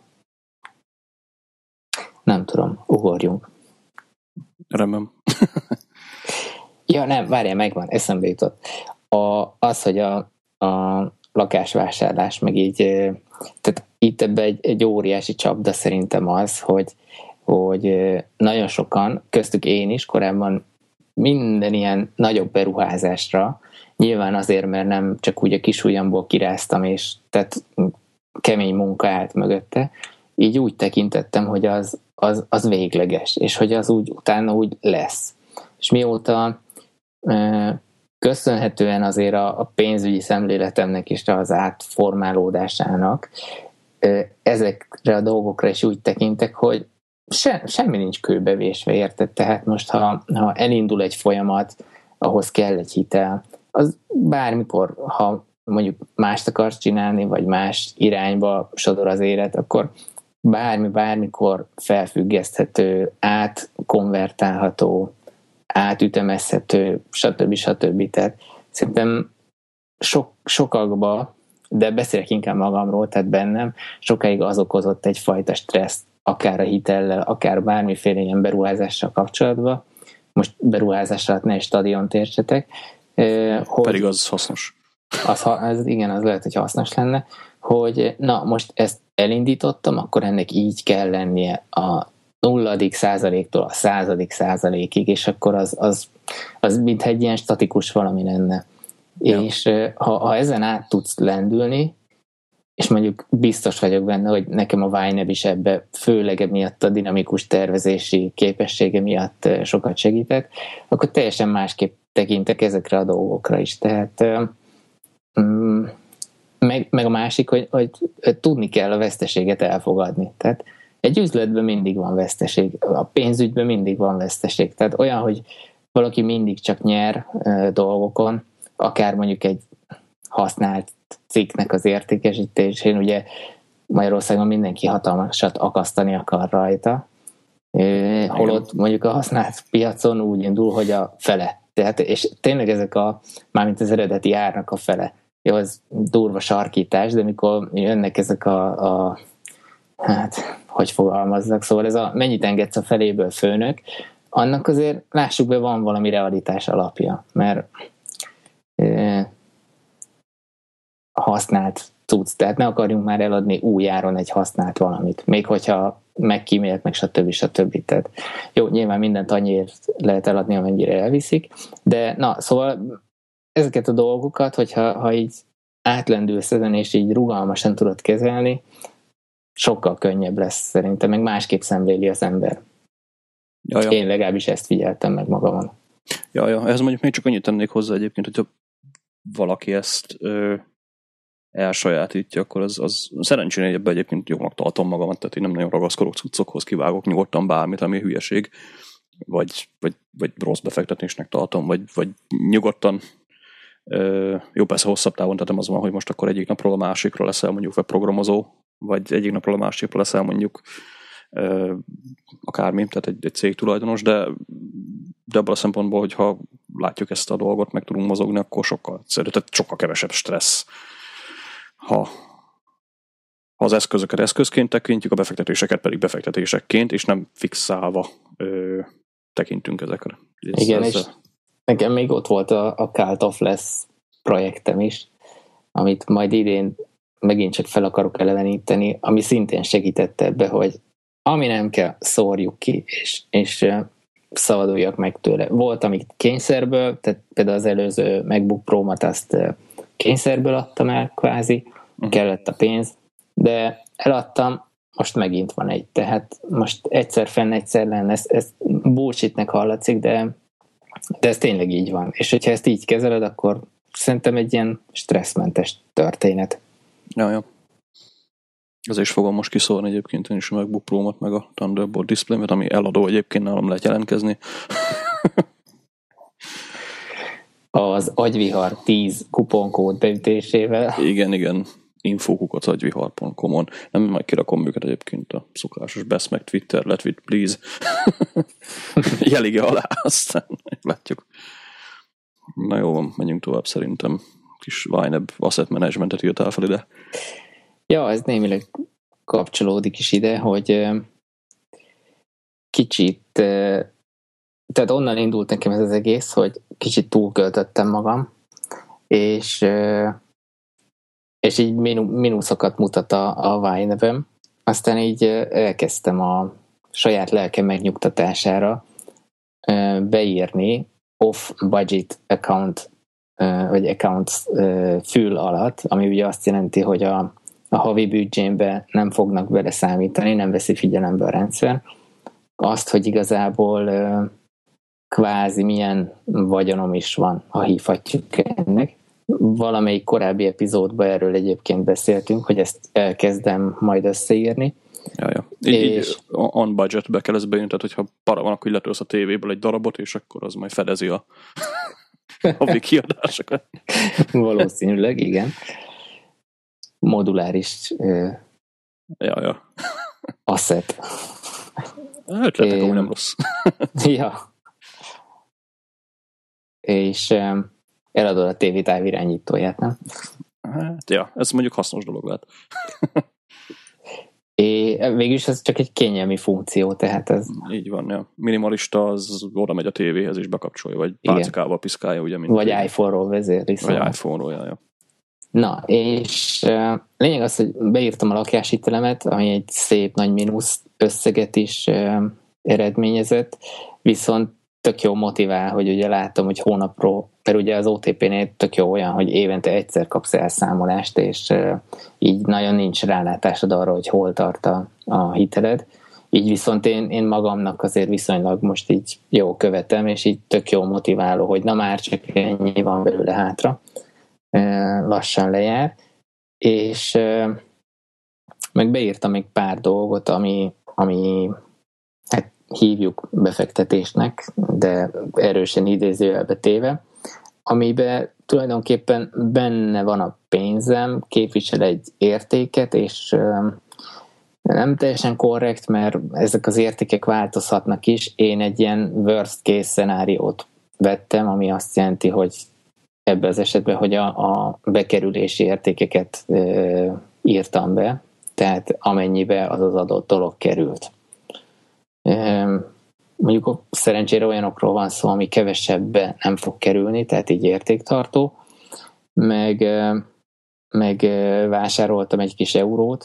Nem tudom, ugorjunk. Remélem. Ja, nem, várjál, megvan, eszembe jutott. Az, hogy a lakásvásárlás, meg így, tehát itt ebben egy óriási csapda szerintem az, hogy nagyon sokan, köztük én is korábban minden ilyen nagyobb beruházásra, nyilván azért, mert nem csak úgy a kis ujjamból kiráztam, és tehát kemény munka állt mögötte, így úgy tekintettem, hogy az végleges, és hogy az úgy utána úgy lesz. És mióta köszönhetően azért a pénzügyi szemléletemnek és az átformálódásának ezekre a dolgokra is úgy tekintek, hogy semmi nincs kőbevésve, érted? Tehát most, ha elindul egy folyamat, ahhoz kell egy hitel, az bármikor, ha mondjuk mást akarsz csinálni, vagy más irányba sodor az élet, akkor bármikor felfüggeszthető, átkonvertálható, átütemezhető, stb. Tehát szerintem sokakba, de beszélek inkább magamról, tehát bennem, sokáig az okozott egyfajta stresszt, akár a hitellel, akár bármiféle ilyen beruházással kapcsolatban. Most beruházás alatt ne egy stadiont értsetek. Pedig az hasznos. Igen, az lehet, hogy hasznos lenne, hogy na, most ezt elindítottam, akkor ennek így kell lennie a 0. százaléktól a 100. százalékig, és akkor az mintha egy ilyen statikus valami lenne. Ja. És ha ezen át tudsz lendülni, és mondjuk biztos vagyok benne, hogy nekem a YNAB is ebbe, főleg miatt a dinamikus tervezési képessége miatt sokat segített, akkor teljesen másképp tekintek ezekre a dolgokra is. Tehát meg a másik, hogy tudni kell a veszteséget elfogadni. Tehát egy üzletben mindig van veszteség, a pénzügyben mindig van veszteség. Tehát olyan, hogy valaki mindig csak nyer dolgokon, akár mondjuk egy használt cikknek az értékesítésén, ugye Magyarországon mindenki hatalmasat akasztani akar rajta, holott mondjuk a használt piacon úgy indul, hogy a fele. Tehát, és tényleg ezek mármint az eredeti árnak a fele. Jó, ez durva sarkítás, de mikor jönnek ezek hát, hogy fogalmazzak, szóval ez mennyit engedsz a feléből főnök, annak azért lássuk be, van valami realitás alapja, mert használt cucc, tehát ne akarjunk már eladni új áron egy használt valamit, még hogyha megkímélt, meg stb. Tehát jó, nyilván mindent annyiért lehet eladni, amennyire elviszik, de na, szóval ezeket a dolgokat, hogyha így átlendülsz ezen, és így rugalmasan tudod kezelni, sokkal könnyebb lesz szerintem, meg másképp szemléli az ember. Ja. Én legalábbis ezt figyeltem meg magamon. Ja, ez mondjuk még csak annyit tennék hozzá egyébként, hogyha valaki ezt elsajátítja, akkor az szerencsére ebben egyébként jónak tartom magamat, tehát én nem nagyon ragaszkodok cuccokhoz, kivágok nyugodtan bármit, ami hülyeség, vagy rossz befektetésnek tartom, vagy nyugodtan jó, persze hosszabb távon, tehát nem az van, hogy most akkor egyik napról a másikra leszel mondjuk webprogramozó, vagy egyik napról a másikra leszel mondjuk akármi, tehát egy cég tulajdonos, de ebből a szempontból, hogyha látjuk ezt a dolgot, meg tudunk mozogni, akkor sokkal egyszerű, tehát sokkal kevesebb stressz. Ha az eszközöket eszközként tekintjük, a befektetéseket pedig befektetésekként, és nem fixálva tekintünk ezekre. Igen, és nekem még ott volt a Cult of Less projektem is, amit majd idén megint csak fel akarok eleveníteni, ami szintén segített ebbe, hogy ami nem kell, szórjuk ki, és szabaduljak meg tőle. Volt, amit kényszerből, tehát például az előző MacBook Pro-mat azt kényszerből adtam el kvázi, kellett a pénz, de eladtam, most megint van egy, tehát most egyszer fenn, egyszer lenne, ez bullshitnek hallatszik, de ez tényleg így van. És hogyha ezt így kezeled, akkor szerintem egy ilyen stresszmentes történet. Ja. Azért is fogom most kiszórni egyébként én is a MacBook Pro-mat, meg a Thunderbolt Display-met, ami eladó egyébként, nálam lehet jelentkezni. Az agyvihar 10 kuponkód beütésével. Igen. info@agyvihar.com-on. Nem, majd kirakom őket egyébként a szokásos Best meg Twitter, let it please. Jelige alá, aztán látjuk. Na jó van, menjünk tovább szerintem. Kis Wyneb Asset Managementet írtál fel ide. Ja, ez némileg kapcsolódik is ide, hogy kicsit, tehát onnan indult nekem ez az egész, hogy kicsit túlköltöttem magam, és így mínuszokat mutat a Wynebem. Aztán így elkezdtem a saját lelkem megnyugtatására beírni off-budget account, vagy accounts fül alatt, ami ugye azt jelenti, hogy a havi büdzsémbe nem fognak beleszámítani, nem veszi figyelembe a rendszer. Azt, hogy igazából kvázi milyen vagyonom is van, ha hívhatjuk ennek. Valamelyik korábbi epizódban erről egyébként beszéltünk, hogy ezt elkezdem majd összeírni. Ja. Így on budgetbe kell ezt bejönni, tehát hogyha para van, akkor így letölsz a tévéből egy darabot, és akkor az majd fedezi a havi kiadásokat. Valószínűleg, igen. Moduláris Ja. asset. Ötletek, amúgy nem rossz. Ja. És eladod a TV távirányítóját, nem? Hát, ja, ez mondjuk hasznos dolog lehet. Végülis ez csak egy kényelmi funkció, tehát ez... Így van, ja. Minimalista az oda megy a tévéhez és bekapcsolja, vagy pálcikával piszkálja, ugye? Vagy iPhone-ról vezérli. Vagy iPhone-ról, ja. Na, és lényeg az, hogy beírtam a lakáshitelemet, ami egy szép nagy mínusz összeget is eredményezett, viszont tök jó motivál, hogy ugye látom, hogy hónapról, mert ugye az OTP-nél tök jó olyan, hogy évente egyszer kapsz elszámolást, és így nagyon nincs rálátásod arra, hogy hol tart a hiteled. Így viszont én magamnak azért viszonylag most így jó követem, és így tök jó motiváló, hogy na már csak ennyi van belőle hátra. Lassan lejár, és meg beírtam még pár dolgot, ami hát hívjuk befektetésnek, de erősen idézőjelbe téve, amiben tulajdonképpen benne van a pénzem, képvisel egy értéket, és nem teljesen korrekt, mert ezek az értékek változhatnak is. Én egy ilyen worst case szenáriót vettem, ami azt jelenti, hogy ebben az esetben, hogy a bekerülési értékeket írtam be, tehát amennyibe az az adott dolog került. Mondjuk szerencsére olyanokról van szó, ami kevesebbe nem fog kerülni, tehát így értéktartó, meg vásároltam egy kis eurót,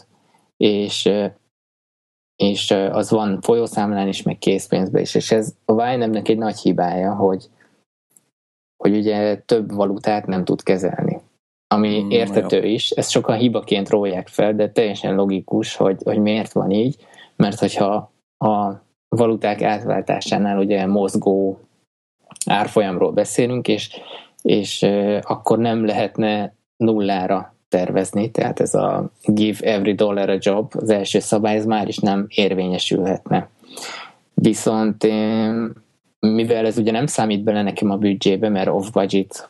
és az van folyószámlán is, meg készpénzben is, és ez a Wynebnek egy nagy hibája, hogy ugye több valutát nem tud kezelni. Ami érthető is, ezt sokan hibaként rólják fel, de teljesen logikus, hogy miért van így, mert hogyha a valuták átváltásánál ugye mozgó árfolyamról beszélünk, és akkor nem lehetne nullára tervezni, tehát ez a give every dollar a job, az első szabály, ez már is nem érvényesülhetne. Viszont mivel ez ugye nem számít bele nekem a büdzsébe, mert off-budget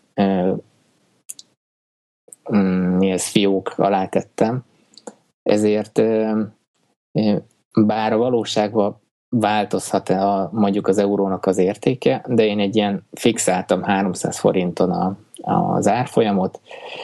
fiók alá tettem, ezért bár a valóságban változhat mondjuk az eurónak az értéke, de én egy ilyen fixáltam 300 forinton az árfolyamot,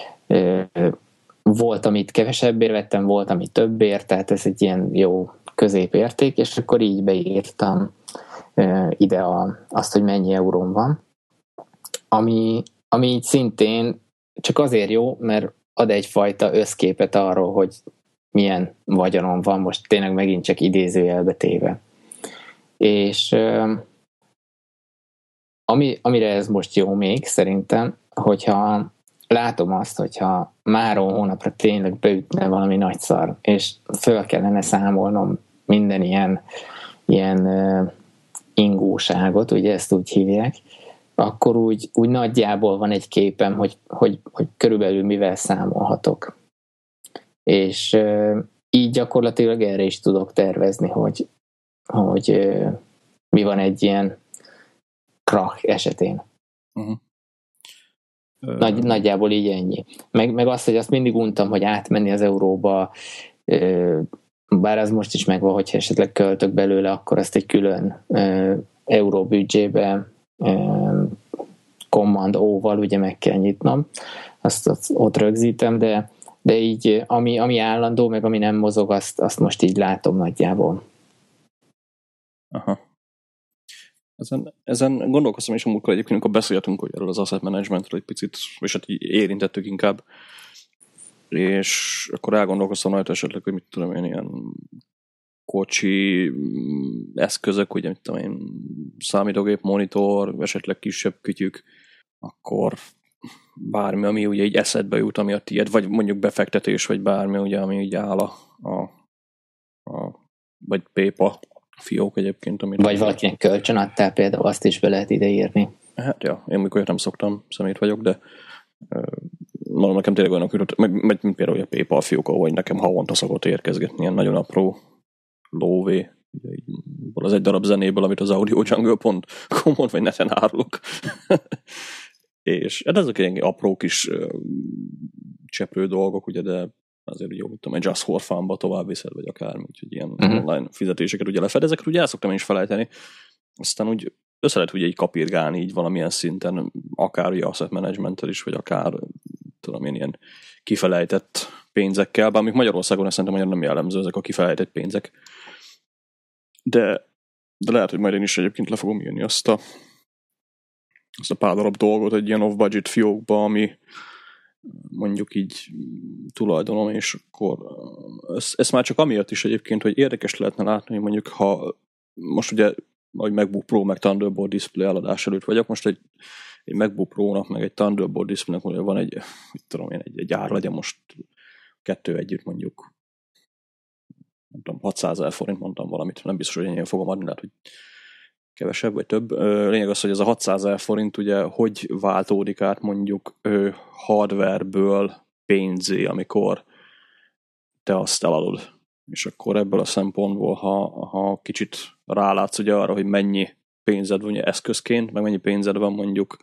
volt, amit kevesebbért vettem, volt, amit többért, tehát ez egy ilyen jó középérték, és akkor így beírtam ide azt, hogy mennyi euróm van, ami így szintén csak azért jó, mert ad egyfajta összképet arról, hogy milyen vagyonom van, most tényleg megint csak idézőjelbe téve. És amire ez most jó még szerintem, hogyha látom azt, hogyha máron hónapra tényleg beütne valami nagy szar, és föl kellene számolnom minden ilyen ingóságot, ugye ezt úgy hívják, akkor úgy nagyjából van egy képem, hogy körülbelül mivel számolhatok. És így gyakorlatilag erre is tudok tervezni, hogy mi van egy ilyen krach esetén. Uh-huh. Nagyjából így ennyi. Meg azt, hogy azt mindig untam, hogy átmenni az euróba, bár az most is megvan, hogyha esetleg költök belőle, akkor azt egy külön euró büdzsébe Command O-val ugye meg kell nyitnom, azt ott rögzítem, de így ami állandó, meg ami nem mozog, azt most így látom nagyjából. Aha. Ezen gondolkoztam, és amúgykor egyébként, amikor beszéltünk hogy erről az asset managementről egy picit, és hát így érintettük inkább, és akkor elgondolkoztam rajta esetleg, hogy mit tudom én, ilyen kocsi eszközök, ugye mit tudom én, számítógép, monitor, esetleg kisebb kütyük, akkor bármi, ami ugye így eszedbe jut, ami a tiéd, vagy mondjuk befektetés, vagy bármi, ugye, ami így áll vagy pépa fiók egyébként. Amit vagy valakinek kölcsön adtál például, azt is be lehet ide írni. Hát ja, én mikor nem szoktam, szemét vagyok, de mondom, nekem tényleg olyanok jutott, meg például a PayPal fiók, ahol nekem havonta szokott érkezgetni, ilyen nagyon apró lóvé, az egy darab zenéből, amit az audiojungle.com-on vagy neten árulok. És hát ezek ilyen apró kis cseprő dolgok, ugye, de azért jó, mit tudom, egy Just for Fun-ba tovább viszed, vagy akármi, úgyhogy ilyen online fizetéseket ugye lefed. Ezeket ugye el szoktam én is felejteni. Aztán úgy össze lehet ugye így kapirgálni így valamilyen szinten, akár ugye asset managementtel is, vagy akár tudom én ilyen kifelejtett pénzekkel, bár még Magyarországon szerintem nagyon nem jellemző ezek a kifelejtett pénzek. De lehet, hogy majd én is egyébként le fogom írni azt a pár darab dolgot egy ilyen off-budget fiókba, ami mondjuk így tulajdonom, és akkor ez már csak amiatt is egyébként, hogy érdekes lehetne látni, hogy mondjuk ha most ugye, hogy MacBook Pro meg Thunderbolt display eladás előtt vagyok, most egy MacBook Pro-nak meg egy Thunderbolt display-nek van egy, mit tudom én, egy ár legyen most kettő együtt mondjuk, nem tudom, 600 000 forint, mondtam valamit, nem biztos, hogy ennyien fogom adni, lehet, hogy kevesebb vagy több. Lényeg az, hogy ez a 600 000 forint ugye hogy váltódik át mondjuk hardwareből pénzé, amikor te azt eladod. És akkor ebből a szempontból, ha kicsit rálátsz ugye arra, hogy mennyi pénzed van ugye eszközként, meg mennyi pénzed van mondjuk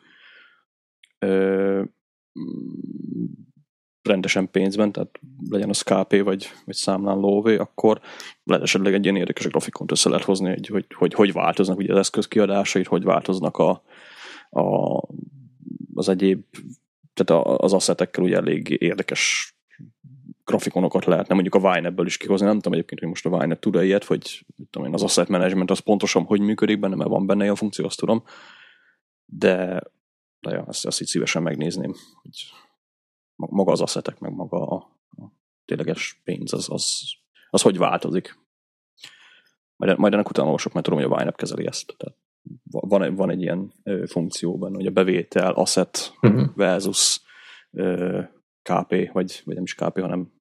rendesen pénzben, tehát legyen az KP vagy számlán lóvé, akkor lehet esetleg egy ilyen érdekes grafikont össze lehet hozni, hogy változnak ugye az eszköz kiadásait, hogy változnak az egyéb, tehát az asszetekkel ugye elég érdekes grafikonokat lehetne mondjuk a Vine-ebből is kihozni. Nem tudom egyébként, hogy most a Vine tud-e ilyet, vagy tudom én, az asset management az pontosan hogy működik benne, mert van benne ilyen funkció, azt tudom. De ja, azt így szívesen megnézném, hogy maga az asszetek, meg maga a tényleges pénz, az hogy változik. Majd ennek utána olvasok, mert tudom, hogy a Vine kezeli ezt. Tehát van egy ilyen funkció benne, hogy a bevétel, asset versus KP, vagy nem is KP, hanem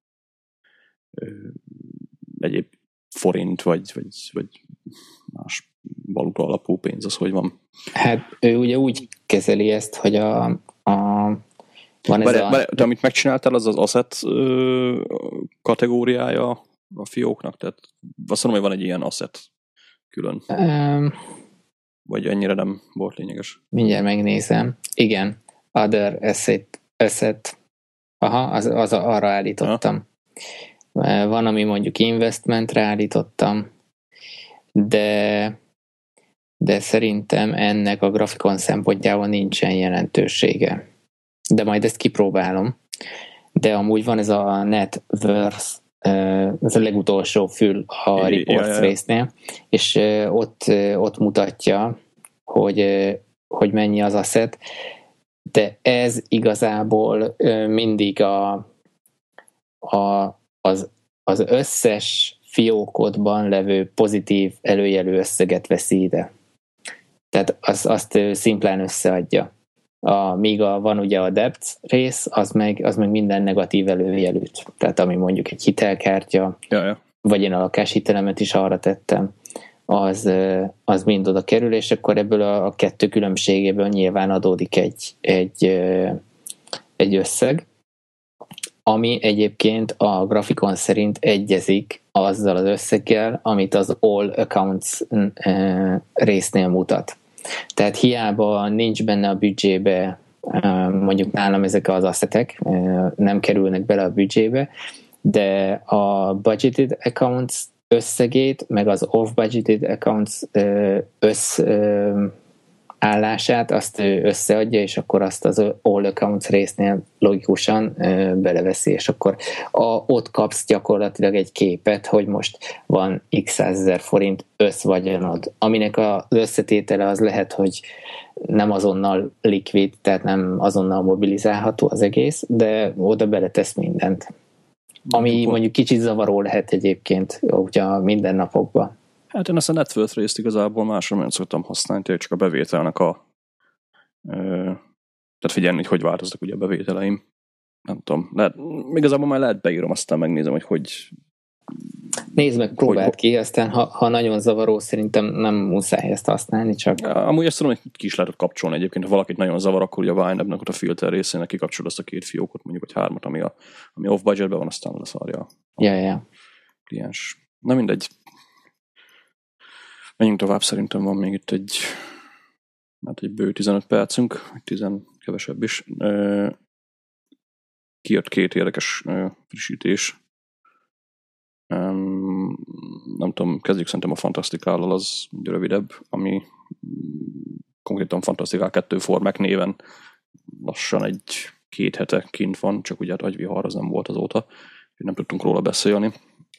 egyéb forint, vagy más valuta alapú pénz, az hogy van. Hát ő ugye úgy kezeli ezt, hogy van ez de amit megcsináltál, az asset kategóriája a fióknak? Tehát azt mondom, hogy van egy ilyen asset külön. Vagy ennyire nem volt lényeges? Mindjárt megnézem. Igen. Other asset. Aha, arra állítottam. Van, ami mondjuk investmentre állítottam, de szerintem ennek a grafikon szempontjából nincsen jelentősége. De majd ezt kipróbálom. De amúgy van ez a net worth, ez a legutolsó fül a reports résznél, és ott mutatja, hogy mennyi az asset, de ez igazából mindig az összes fiókodban levő pozitív előjelű összeget veszi ide. Tehát azt szimplán összeadja míg van ugye a depth rész, az meg minden negatív előjelűt. Tehát ami mondjuk egy hitelkártya, vagy én a lakáshitelemet is arra tettem, az mind oda kerül, és akkor ebből a kettő különbségéből nyilván adódik egy összeg, ami egyébként a grafikon szerint egyezik azzal az összeggel, amit az All Accounts résznél mutat. Tehát hiába nincs benne a büdzsébe, mondjuk nálam ezek az asszetek nem kerülnek bele a büdzsébe, de a budgeted accounts összegét, meg az off-budgeted accounts állását, azt ő összeadja, és akkor azt az all accounts résznél logikusan beleveszi, és akkor ott kapsz gyakorlatilag egy képet, hogy most van x 100 000 forint összvagyonod, aminek az összetétele az lehet, hogy nem azonnal likvid, tehát nem azonnal mobilizálható az egész, de oda beletesz mindent. Ami mondjuk kicsit zavaró lehet egyébként ugye a mindennapokban. Hát én ezt a net worth részt igazából másra nem szoktam használni, tényleg csak a bevételnek tehát figyelni, hogy változnak ugye a bevételeim. Nem tudom. Igazából már lehet beírom, aztán megnézem, hogy nézd meg, próbáld ki, aztán ha nagyon zavaró, szerintem nem muszáj ezt használni, csak... Amúgy ezt tudom, hogy ki is lehet kapcsolni egyébként. Ha valakit nagyon zavar, akkor ugye a Winamp-nek a filter részének kikapcsol azt a 2 fiókot, mondjuk, vagy 3, ami off-budgetben van, aztán leszarja a kliens. Na mindegy. Menjünk tovább, szerintem van még itt egy bő 15 percünk, 10 kevesebb is. Kijött 2 érdekes frissítés. Nem tudom, kezdjük szerintem a Fantastikállal, az rövidebb, ami konkrétan Fantastikál 2 Formac néven lassan 1-2 hete kint van, csak ugye agyvihar az nem volt azóta, nem tudtunk róla beszélni.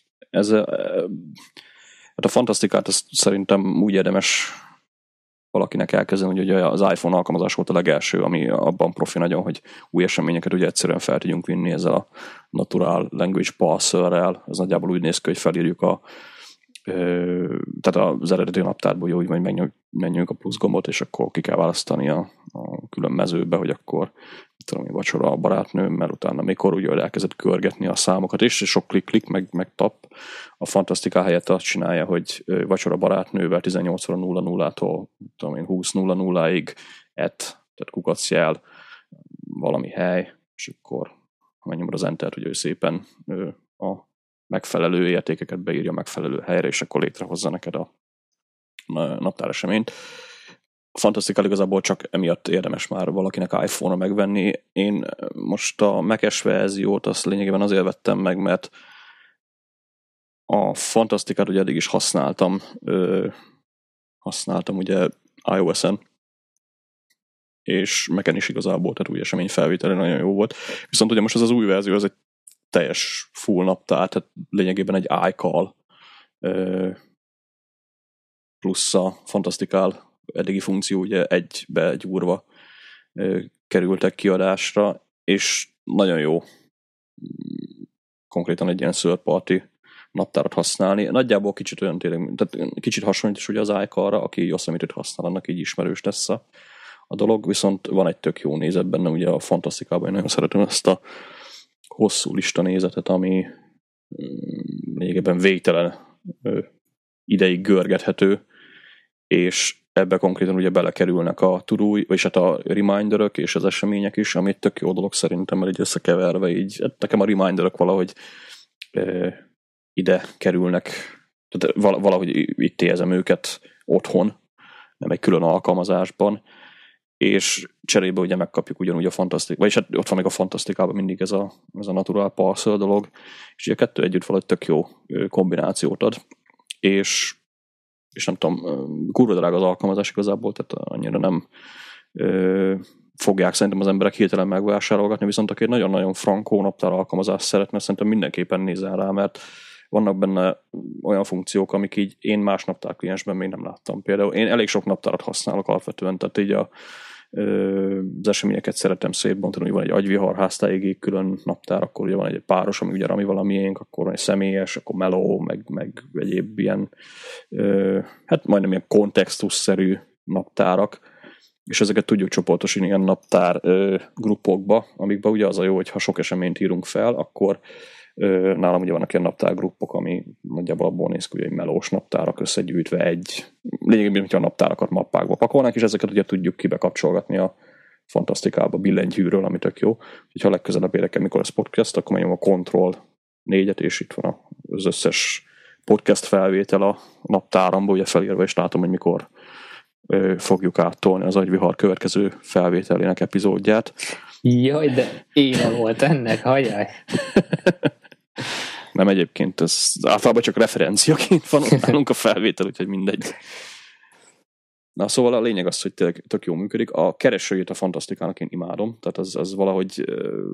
Hát a Fantastikát szerintem úgy érdemes valakinek elkezdeni, hogy ugye az iPhone alkalmazás volt a legelső, ami abban profi nagyon, hogy új eseményeket ugye egyszerűen fel tudjunk vinni ezzel a Natural Language Parserrel. Ez nagyjából úgy néz ki, hogy felírjuk tehát az eredeti naptárból jó, hogy menjünk a plusz gombot, és akkor ki kell választani a külön mezőbe, hogy akkor vacsora a barátnőmmel, utána mikor ugye elkezdett körgetni a számokat, és sok klik, meg tap. A Fantastika helyett azt csinálja, hogy vacsora barátnővel 18:00-tól 20:00-ig tehát kukacjel valami hely, és akkor ha megnyomod az Entert, ugye ő szépen a megfelelő értékeket beírja megfelelő helyre, és akkor létrehozza neked a naptáreseményt. Fantasztikál igazából csak emiatt érdemes már valakinek iPhone-ra megvenni. Én most a Mac-es verziót azt lényegében azért vettem meg, mert a Fantasztikát ugye eddig is használtam ugye iOS-en, és Mac-en is igazából, tehát új esemény felvétele nagyon jó volt. Viszont ugye most ez az új verzió, ez egy teljes full naptár, tehát lényegében egy iCal plusz a Fantastikál eddigi funkció ugye egybe gyúrva kerültek kiadásra, és nagyon jó konkrétan egy ilyen third party naptárat használni. Nagyjából kicsit olyan tényleg, tehát kicsit hasonlít is ugye az iCal-ra, aki Yosemite-t használ, annak így ismerős lesz a dolog, viszont van egy tök jó nézet benne, ugye a Fantastikában én nagyon szeretem ezt a hosszú lista nézetet, ami lényegében végtelen ideig görgethető, és ebbe konkrétan ugye belekerülnek a to-do, vagyis hát a reminderök és az események is, ami egy tök jó dolog szerintem, mert így összekeverve így, hát nekem a reminderök valahogy ide kerülnek, tehát valahogy itt érzem őket otthon, nem egy külön alkalmazásban, és cserébe ugye megkapjuk ugyanúgy a Fantastik, vagyis hát ott van még a Fantasztikában mindig ez a Natural Parser dolog, és ugye a kettő együtt valahogy tök jó kombinációt ad, és nem tudom, kurva drága az alkalmazás igazából, tehát annyira nem fogják szerintem az emberek hirtelen megvásárolgatni, viszont aki egy nagyon-nagyon frankó naptár alkalmazást szeretne, szerintem mindenképpen nézzen rá, mert vannak benne olyan funkciók, amik így én más naptárkliensben még nem láttam. Például én elég sok naptárat használok alapvetően, tehát így az eseményeket szeretem szétbontani, hogy van egy agyvihar háztáigig külön naptár, akkor ugye van egy páros, ami ugye Rami valamiénk, akkor van egy személyes, akkor meló, meg egyéb ilyen hát majdnem ilyen kontextusszerű naptárak, és ezeket tudjuk csoportosítani ilyen naptár gruppokba, amikbe ugye az a jó, hogy ha sok eseményt írunk fel, akkor nálam ugye vannak ilyen naptárgruppok, ami nagyjából abból néz ki, hogy egy melós naptárak összegyűjtve lényegében, hogyha a naptárakat mappákba pakolnak, és ezeket ugye tudjuk kibekapcsolgatni a fantasztikába, billentyűről, ami tök jó. Ha legközelebb érdekel, mikor lesz podcast, akkor mondjam a Ctrl 4-et, és itt van az összes podcast felvétel a naptáramból, ugye felírva, és látom, hogy mikor fogjuk áttolni az Agyvihar következő felvételének epizódját. Jaj, de éve volt ennek, hajjaj! Nem, egyébként ez általában csak referenciaként van ott nálunk a felvétel, úgyhogy mindegy. Na, szóval a lényeg az, hogy tényleg tök jól működik. A keresőjét a fantasztikának én imádom, tehát az valahogy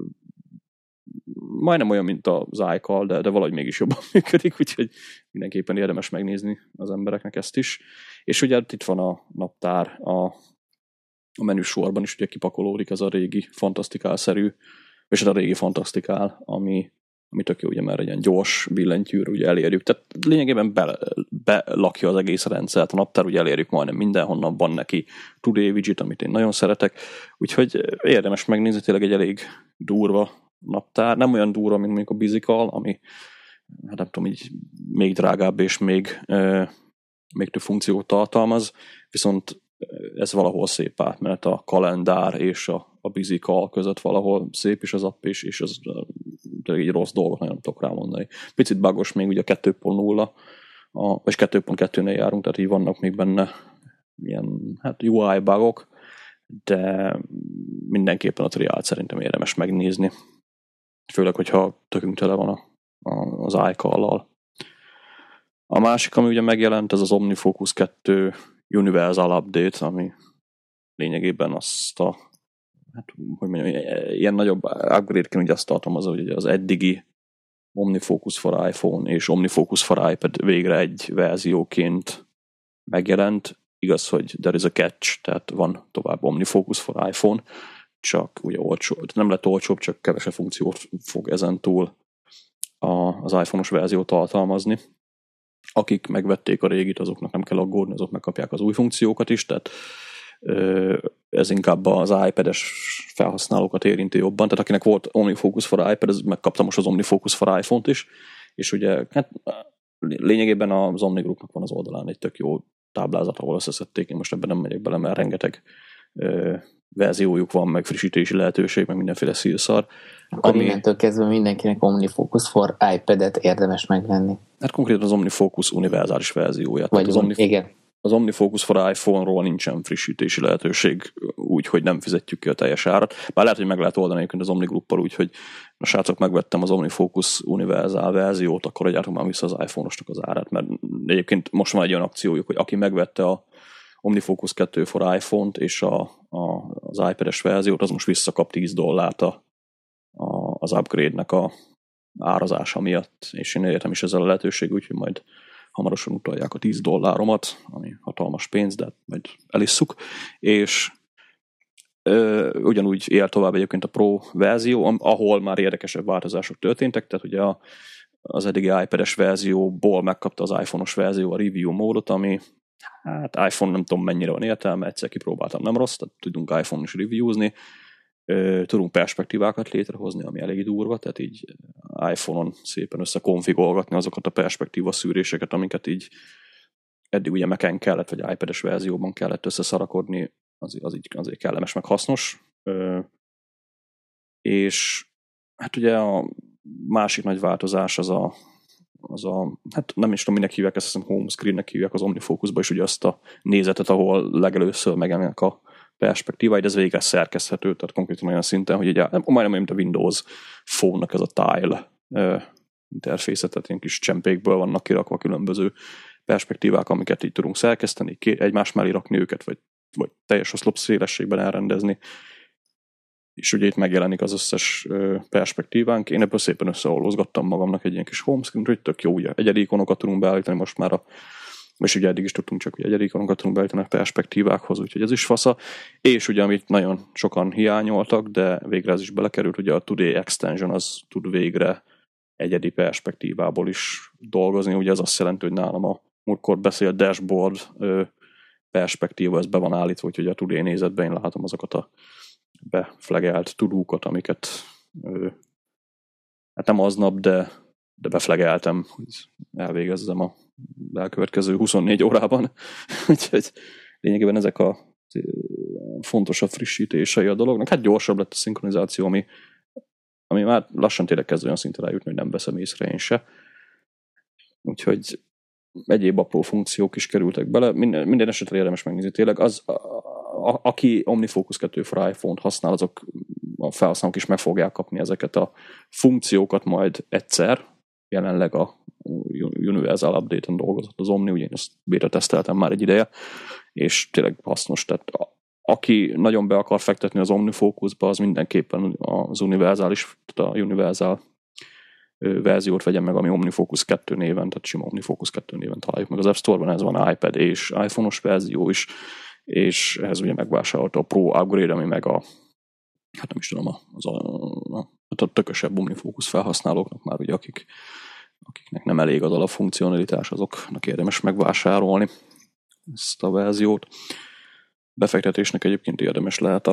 majdnem olyan, mint az iCal, de valahogy mégis jobban működik, úgyhogy mindenképpen érdemes megnézni az embereknek ezt is. És ugye itt van a naptár, a menüsorban is ugye kipakolódik ez a régi fantasztikál-szerű, és a régi fantasztikál, ami tök jó, ugye, mert egy ilyen gyors billentyűr ugye elérjük. Tehát lényegében belakja az egész rendszert. A naptár ugye elérjük majdnem mindenhonnan, van neki Today widget, amit én nagyon szeretek. Úgyhogy érdemes megnézni, tényleg egy elég durva naptár. Nem olyan durva, mint mondjuk a Bizical, ami hát nem tudom, így még drágább és még több funkciót tartalmaz, viszont ez valahol szép átmenet a kalendár és a Bizical között valahol szép is az app is, és az egy rossz dolgot nagyon tudok rámondani. Picit bugos még ugye a 2.0, és 2.2-nél járunk, tehát így vannak még benne ilyen UI bugok, de mindenképpen a triát szerintem érdemes megnézni. Főleg, hogyha tökünk tele van az iCal-lal. A másik, ami ugye megjelent, ez az OmniFocus 2 Universal Update, ami lényegében azt hogy mondjam, ilyen nagyobb upgrade-ként ugye azt tartalmazza, hogy az eddigi OmniFocus for iPhone és OmniFocus for iPad végre egy verzióként megjelent. Igaz, hogy there is a catch, tehát van tovább OmniFocus for iPhone, csak ugye olcsó, nem lett olcsóbb, csak kevesebb funkciót fog ezentúl az iPhone-os verziót tartalmazni. Akik megvették a régit, azoknak nem kell aggódni, azok megkapják az új funkciókat is, tehát ez inkább az iPad-es felhasználókat érinti jobban, tehát akinek volt OmniFocus for iPad, ez megkapta most az OmniFocus for iPhone-t is, és ugye hát lényegében az Omni Groupnak van az oldalán egy tök jó táblázat, ahol összeszedték, én most ebben nem megyek bele, mert rengeteg verziójuk van, meg frissítési lehetőség, meg mindenféle szírszar. Akkor innentől kezdve mindenkinek OmniFocus for iPad-et érdemes megvenni. Hát konkrétan az OmniFocus univerzális verzióját. Vagy igen. Az OmniFocus for iPhone-ról nincsen frissítési lehetőség, úgyhogy nem fizetjük ki a teljes árat. Bár lehet, hogy meg lehet oldani egyébként az Omni Grouppal, úgyhogy a srácok, megvettem az OmniFocus univerzál verziót, akkor adjátok már vissza az iPhone-osnak az árát, mert egyébként most van egy olyan akciójuk, hogy aki megvette a OmniFocus 2 for iPhone-t és az iPad-es verziót, az most visszakap $10 az upgrade-nek a árazása miatt, és én értem is ezzel a lehetőség, úgyhogy majd hamarosan utalják a $10, ami hatalmas pénz, de majd elisszuk, és ugyanúgy él tovább egyébként a Pro verzió, ahol már érdekesebb változások történtek, tehát ugye az eddigi iPad-es verzióból megkapta az iPhone-os verzió a review módot, ami hát iPhone nem tudom mennyire van értelme, egyszer kipróbáltam, nem rossz, tehát tudunk iPhone-on is reviewzni, tudunk perspektívákat létrehozni, ami elég durva, tehát így iPhone-on szépen összekonfigolgatni azokat a perspektíva szűréseket, amiket így eddig ugye Mac-en kellett, vagy iPad-es verzióban kellett összeszarakodni, az így azért kellemes, meg hasznos. És hát ugye a másik nagy változás az a hát nem is tudom, minek hívják, ezt hiszem home screen-nek hívják az OmniFocusba, és ugye azt a nézetet, ahol legelőször megjelennek a perspektíváid, ez végre szerkeszthető, tehát konkrétan olyan szinten, hogy ugye majdnem olyan, mint a Windows Phone-nak ez a tile interfészet, tehát ilyen kis csempékből vannak kirakva különböző perspektívák, amiket így tudunk szerkeszteni, egymás mellé rakni őket, vagy teljes oszlop szélességben elrendezni, és ugye itt megjelenik az összes perspektívánk. Én ebből szépen összeollózgattam magamnak egy ilyen kis homescreen, hogy tök jó, ugye egyedi ikonokat tudunk beállítani most már és ugye eddig is tudtunk csak egyedi ikonokat tudunk beállítani a perspektívákhoz, úgyhogy ez is fasza. És ugye, amit nagyon sokan hiányoltak, de végre ez is belekerült, ugye a Today Extension az tud végre egyedi perspektívából is dolgozni, ugye ez azt jelenti, hogy nálam a múltkor beszélt dashboard perspektíva, ez be van állítva, úgyhogy a today nézetben én látom azokat a beflagelt tudókat, amiket hát nem aznap, de beflageltem, hogy elvégezzem a elkövetkező 24 órában. Úgyhogy lényegében ezek a fontosabb frissítései a dolognak. Hát gyorsabb lett a szinkronizáció, ami már lassan tényleg kezd olyan szintre rájutni, hogy nem veszem észre én se. Úgyhogy egyéb apró funkciók is kerültek bele. Minden esetre érdemes megnézni. Tényleg aki OmniFocus 2 for iPhone-t használ, azok a felhasználók is meg fogják kapni ezeket a funkciókat majd egyszer. Jelenleg a Universal Update-en dolgozott az Omni, ugye én ezt beta teszteltem már egy ideje, és tényleg hasznos. Tehát aki nagyon be akar fektetni az OmniFocusba, az mindenképpen az Universal verziót vegyen meg, ami OmniFocus 2 néven, tehát sima OmniFocus 2 néven találjuk meg az App Store-ban, ez van iPad és iPhone-os verzió is, és ehhez ugye megvásárolta a Pro Upgrade, ami meg hát nem is tudom, a tökösebb OmniFocus felhasználóknak már ugye, akiknek nem elég az alapfunkcionalitás, azoknak érdemes megvásárolni ezt a verziót. Befektetésnek egyébként érdemes lehet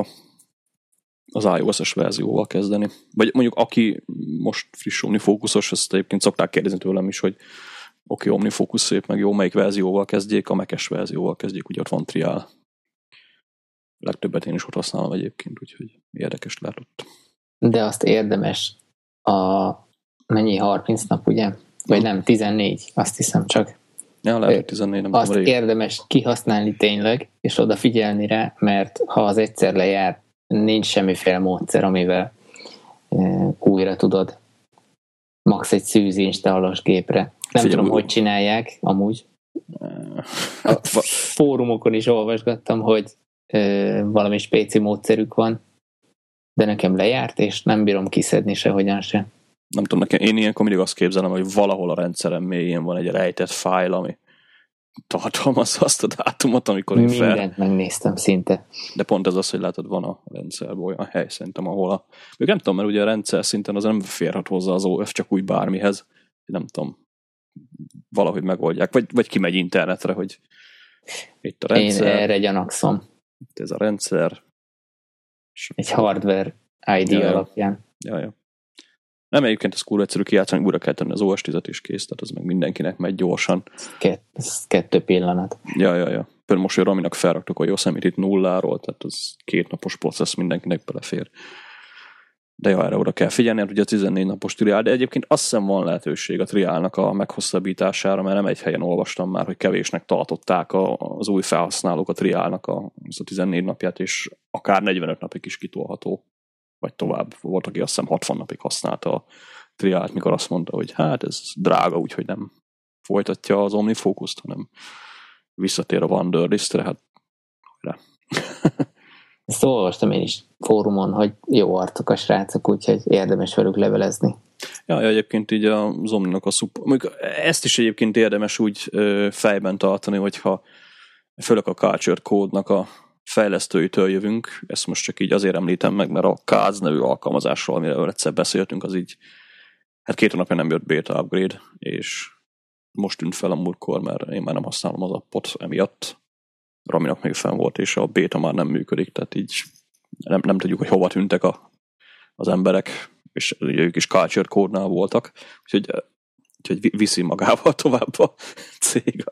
az iOS-es verzióval kezdeni. Vagy mondjuk aki most friss OmniFocusos, ezt egyébként szokták kérdezni tőlem is, hogy oké, OmniFocus szép, meg jó, melyik verzióval kezdjék, a Mac-es verzióval kezdjék, ugye ott van triál. Legtöbbet én is ott használom egyébként, úgyhogy érdekes lehet ott. De azt érdemes mennyi 30 nap, ugye? Vagy nem, 14, azt hiszem csak. Ja, lehet, hogy 14, nem azt tudom. Érdemes kihasználni tényleg, és odafigyelni rá, mert ha az egyszer lejár, nincs semmiféle módszer, amivel újra tudod. Max egy szűz installos gépre. Nem tudom, hogy csinálják, amúgy. A fórumokon is olvasgattam, hogy valami spéci módszerük van, de nekem lejárt, és nem bírom kiszedni sehogyan se. Nem tudom, én ilyenkor mindig azt képzelem, hogy valahol a rendszerem mélyén van egy rejtett fájl, ami tartalmazza azt a dátumot, amikor én mindent megnéztem szinte. De pont ez az, hogy látod, van a rendszerben olyan hely szerintem, ahol még nem tudom, mert ugye a rendszer szinten az nem férhet hozzá az OS csak úgy bármihez. Nem tudom, valahogy megoldják, vagy kimegy internetre, hogy itt a rendszer. Én erre gyanakszom. Itt ez a rendszer. Egy hardware ID alapján. Ja. Nem, egyébként ez kurva egyszerű kijátszani, újra kell tenni az OS 10-et is kész, tehát az meg mindenkinek megy gyorsan. Ez 2 pillanat. Ja. Például most, hogy Raminak felraktuk a Yosemite-t nulláról, tehát az 2 napos processz mindenkinek belefér. De ja, erre oda kell figyelni, hogy a 14 napos triál, de egyébként azt hiszem van lehetőség a triálnak a meghosszabbítására, mert nem egy helyen olvastam már, hogy kevésnek tartották az új felhasználók a triálnak az a 14 napját, és akár 45 napig is kitolható, vagy tovább. Volt, aki azt hiszem 60 napig használta a triált, mikor azt mondta, hogy hát ez drága, úgyhogy nem folytatja az OmniFocust, hanem visszatér a Wunderlistre, hát hajrá. Ezt olvastam én is fórumon, hogy jó arcok a srácok, úgyhogy érdemes velük levelezni. Ja, egyébként így az Omninak ezt is egyébként érdemes úgy fejben tartani, hogyha főleg a Culture Code-nak a fejlesztőitől jövünk, ezt most csak így azért említem meg, mert a Kaz nevű alkalmazásról, amiről egyszer beszéltünk, az így, hát 2 napja nem jött beta upgrade, és most tűnt fel a múltkor, mert én már nem használom az appot emiatt. Raminak még fenn volt, és a beta már nem működik, tehát így nem tudjuk, hogy hova tűntek az emberek, és ők is Culture Code-nál voltak, úgyhogy viszi magával tovább a cég.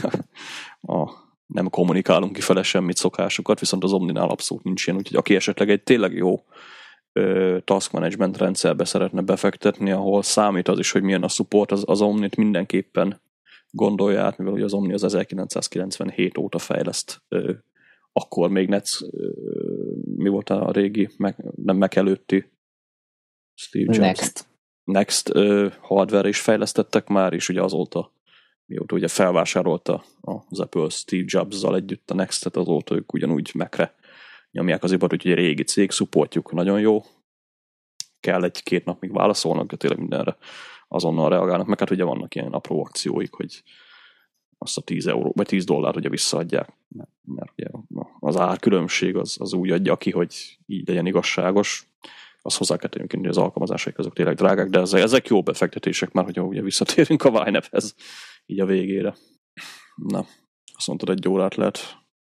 Nem kommunikálunk kifele semmit szokásukat, viszont az Omninál abszolút nincs ilyen, úgyhogy aki esetleg egy tényleg jó task management rendszerbe szeretne befektetni, ahol számít az is, hogy milyen a support, az Omnit mindenképpen gondolja át, mivel ugye az Omni az 1997 óta fejleszt, akkor még mi volt a régi, nem Mac előtti Steve Jobs. Next hardware is fejlesztettek már, és ugye azóta, mióta ugye felvásárolta az Apple Steve Jobs-zal együtt a Next-et, azóta ők ugyanúgy Mac-re nyomják az ipart, úgyhogy egy régi cég, supportjuk nagyon jó. Kell 1-2 nap, míg válaszolnak, de tényleg mindenre azonnal reagálnak, meg hát ugye vannak ilyen apró akcióik, hogy azt a 10 euró, vagy 10 dollárt ugye visszaadják, mert ugye az árkülönbség az úgy adja ki, hogy így legyen igazságos. Azt hozzá kell tennünk, hogy az alkalmazásaik azok tényleg drágák, de ezek jó befektetések már, hogyha ugye visszatérünk a YNAB-hez így a végére. Na, azt mondtad, 1 órát lehet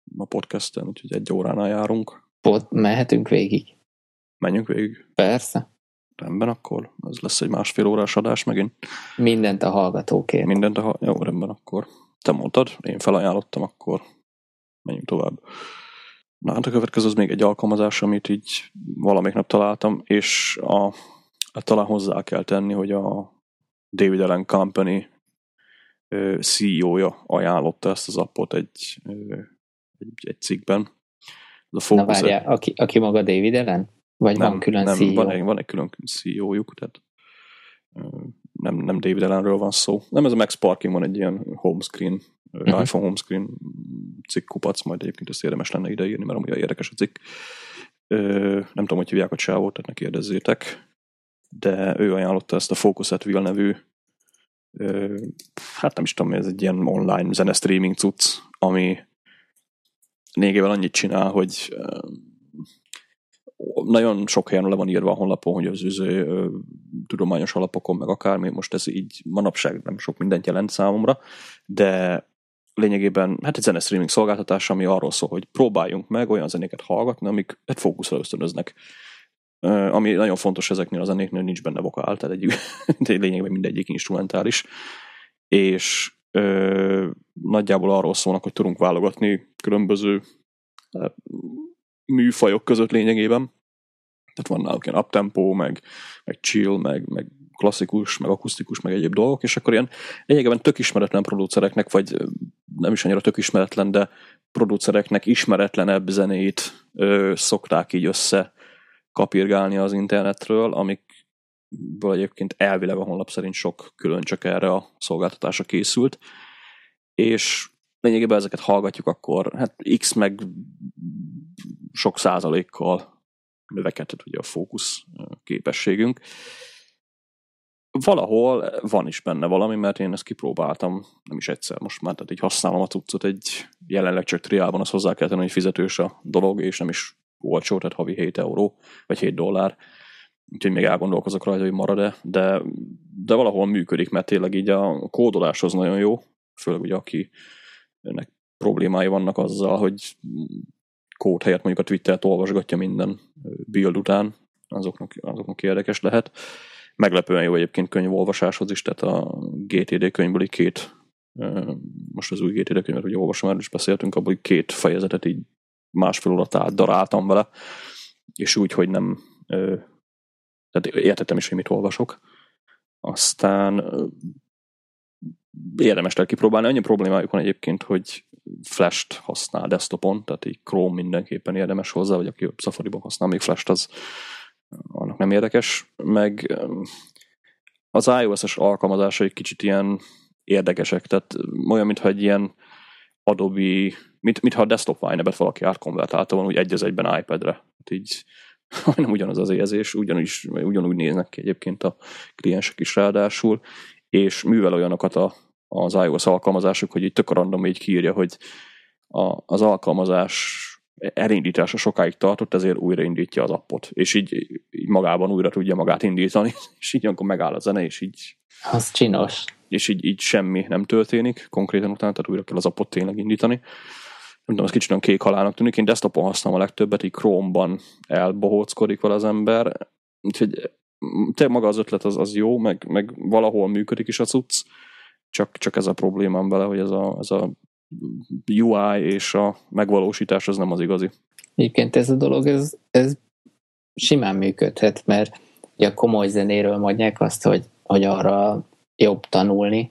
a podcasten, úgyhogy 1 óránál járunk. Mehetünk végig? Menjünk végig. Persze. Rendben, akkor ez lesz egy 1,5 órás adás megint. Mindent a hallgatókért. Jó, rendben, akkor te mondtad, én felajánlottam, akkor menjünk tovább. Na, hát a következő az még egy alkalmazás, amit így valamelyik nap találtam, és talán hozzá kell tenni, hogy a David Allen Company CEO-ja ajánlotta ezt az appot egy cikkben. Na várjál, aki maga David Allen? Vagy van külön CEO? Van egy külön CEO-juk, tehát nem David Allenről van szó. Nem, ez a Max Parkin van egy ilyen homescreen, iPhone homescreen cikkkupac, majd egyébként ezt érdemes lenne ideírni, mert amúgy érdekes a cikk. Nem tudom, hogy hívják a csávót, tehát ne kérdezzétek. De ő ajánlotta ezt a Focus at Will nevű, hát nem is tudom, ez egy ilyen online zenestreaming cucc, ami lényegében annyit csinál, hogy nagyon sok helyen le van írva a honlapon, hogy az tudományos alapokon, meg akármi, most ez így manapság nem sok mindent jelent számomra, de lényegében hát egy zenestreaming szolgáltatás, ami arról szól, hogy próbáljunk meg olyan zenéket hallgatni, amik egy fókuszra ösztönöznek. Ami nagyon fontos ezeknél a zenéknél, nincs benne vokál, tehát lényegében mindegyik instrumentális, és nagyjából arról szólnak, hogy tudunk válogatni különböző műfajok között lényegében. Tehát van náluk ilyen uptempo, meg chill, meg klasszikus, meg akusztikus, meg egyéb dolgok, és akkor ilyen lényegében tök ismeretlen producereknek, vagy nem is annyira tök ismeretlen, de producereknek ismeretlenebb zenét szokták így össze kapirgálni az internetről, amikből egyébként elvileg a honlap szerint sok külön csak erre a szolgáltatásra készült, és lényegében ezeket hallgatjuk, akkor hát X meg sok százalékkal növekedhet ugye a fókusz képességünk. Valahol van is benne valami, mert én ezt kipróbáltam, nem is egyszer most már, tehát így használom a cuccot, jelenleg csak triálban, az hozzá kell tenni, hogy fizetős a dolog, és nem is olcsó, tehát havi 7 euró, vagy 7 dollár. Úgyhogy még elgondolkozok rajta, hogy marad-e, de valahol működik, mert tényleg így a kódoláshoz nagyon jó, főleg ugye akinek problémái vannak azzal, hogy kód helyett mondjuk a Twittert olvasgatja minden build után, azoknak érdekes lehet. Meglepően jó egyébként könyvolvasáshoz is, tehát a GTD könyvből így most az új GTD könyvet ugye olvasom, erről is beszéltünk, abból így 2 fejezetet így 1,5 órát átdaráltam vele, és úgy, hogy nem tehát értettem is, hogy mit olvasok. Aztán érdemes lehet kipróbálni. Annyi problémájuk van egyébként, hogy Flash-t használ desktopon, tehát így Chrome mindenképpen érdemes hozzá, vagy aki Safari-ban használ még Flash-t, az annak nem érdekes. Meg az iOS-es alkalmazásai kicsit ilyen érdekesek, tehát olyan, mintha egy ilyen Adobe, mintha a desktop Wine-et valaki átkonvertálta volna úgy 1:1 iPad-re. Hát így nem ugyanaz az érzés, ugyanúgy néznek ki egyébként a kliensek is ráadásul, és művel olyanokat az iOS alkalmazások, hogy így tök random így kiírja, hogy az alkalmazás elindítása sokáig tartott, ezért újraindítja az appot, és így magában újra tudja magát indítani, és így akkor megáll a zene, és így... Az csinos. És így semmi nem történik konkrétan utána, tehát újra kell az appot tényleg indítani. Nem tudom, az kicsit olyan kék halálnak tűnik, én desktopon használom a legtöbbet, így Chrome-ban elbohóckodik vele az ember, úgyhogy tényleg maga az ötlet az jó, meg valahol működik is a cucc, csak ez a problémám vele, hogy ez a UI és a megvalósítás az nem az igazi. Egyébként ez a dolog, ez simán működhet, mert a komoly zenéről mondják azt, hogy arra jobb tanulni.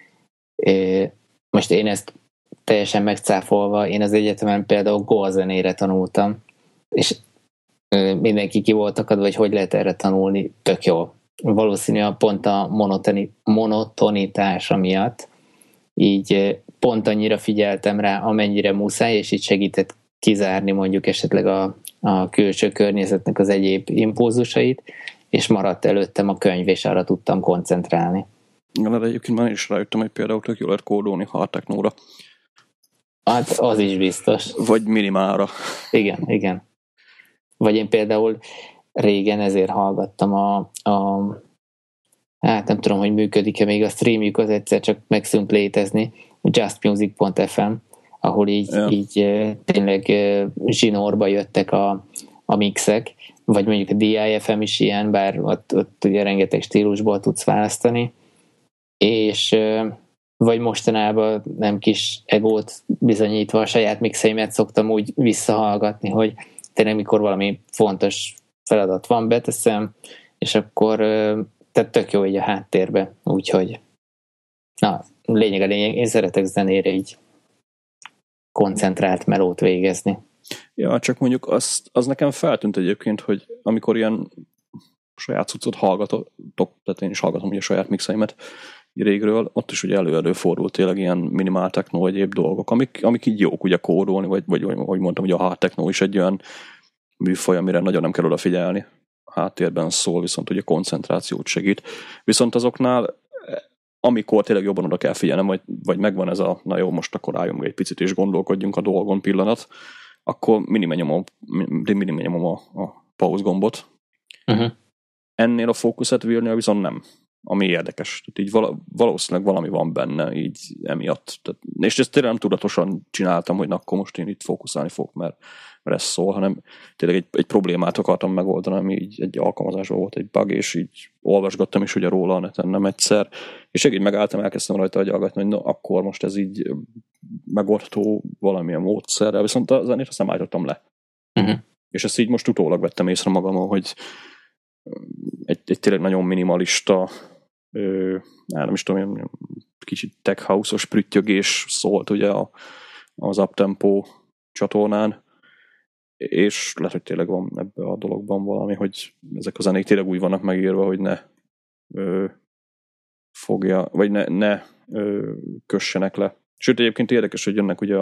Most én ezt teljesen megcáfolva, én az egyetemen például Go zenére tanultam, és mindenki ki volt akadva, hogy lehet erre tanulni, tök jó. Valószínűleg pont a monotonitása miatt így pont annyira figyeltem rá, amennyire muszáj, és így segített kizárni mondjuk esetleg a külső környezetnek az egyéb impulzusait, és maradt előttem a könyv, és arra tudtam koncentrálni. De egyébként már is rájöttem, hogy például tök jól lehet kódolni hard technóra. Hát az is biztos. Vagy minimálra. Igen. Vagy én például régen ezért hallgattam hát nem tudom, hogy működik-e még a streamjük, az egyszer csak megszűnt létezni, justmusic.fm, ahol így tényleg zsinórba jöttek a mixek, vagy mondjuk a DIFM is ilyen, bár ott ugye rengeteg stílusból tudsz választani, és vagy mostanában nem kis egót bizonyítva a saját mixeimet szoktam úgy visszahallgatni, hogy tényleg mikor valami fontos feladat van, beteszem, és akkor tehát tök jó így a háttérbe, úgyhogy lényeg a lényeg, én szeretek zenére így koncentrált melót végezni. Ja, csak mondjuk az nekem feltűnt egyébként, hogy amikor ilyen saját cuccot hallgatok, tehát én is hallgatom ugye a saját mixeimet régről, ott is ugye előfordult tényleg ilyen minimál techno egyéb dolgok, amik így jók ugye kódolni, vagy ahogy mondtam, ugye a hard techno is egy olyan műfaj, amire nagyon nem kell odafigyelni. A háttérben szól, viszont ugye koncentrációt segít. Viszont azoknál, amikor tényleg jobban oda kell figyelnem, vagy megvan ez a, na jó, most akkor álljunk egy picit és gondolkodjunk a dolgon pillanat, akkor minimum nyomom a pause gombot. Uh-huh. Ennél a fókuszet vírnél viszont nem. Ami érdekes. Tehát így valószínűleg valami van benne, így emiatt. Tehát, és ezt tényleg nem tudatosan csináltam, hogy na, akkor most én itt fókuszálni fogok, mert ez szól, hanem tényleg egy problémát akartam megoldani, ami így egy alkalmazásban volt egy bug, és így olvasgattam is ugye róla a neten nem egyszer, és így megálltam, elkezdtem rajta agyalgatni, hogy na, akkor most ez így megoldható valamilyen módszerrel, viszont a zenét azt nem állítottam le. Uh-huh. És ezt így most utólag vettem észre magamon, hogy egy tényleg nagyon minimalista, nem is tudom, kicsit tech house-os prüttyögés szólt ugye az uptempo csatornán, és lehet, hogy tényleg van ebben a dologban valami, hogy ezek a zenék tényleg úgy vannak megírva, hogy ne fogja, vagy ne kössenek le. Sőt, egyébként érdekes, hogy jönnek ugye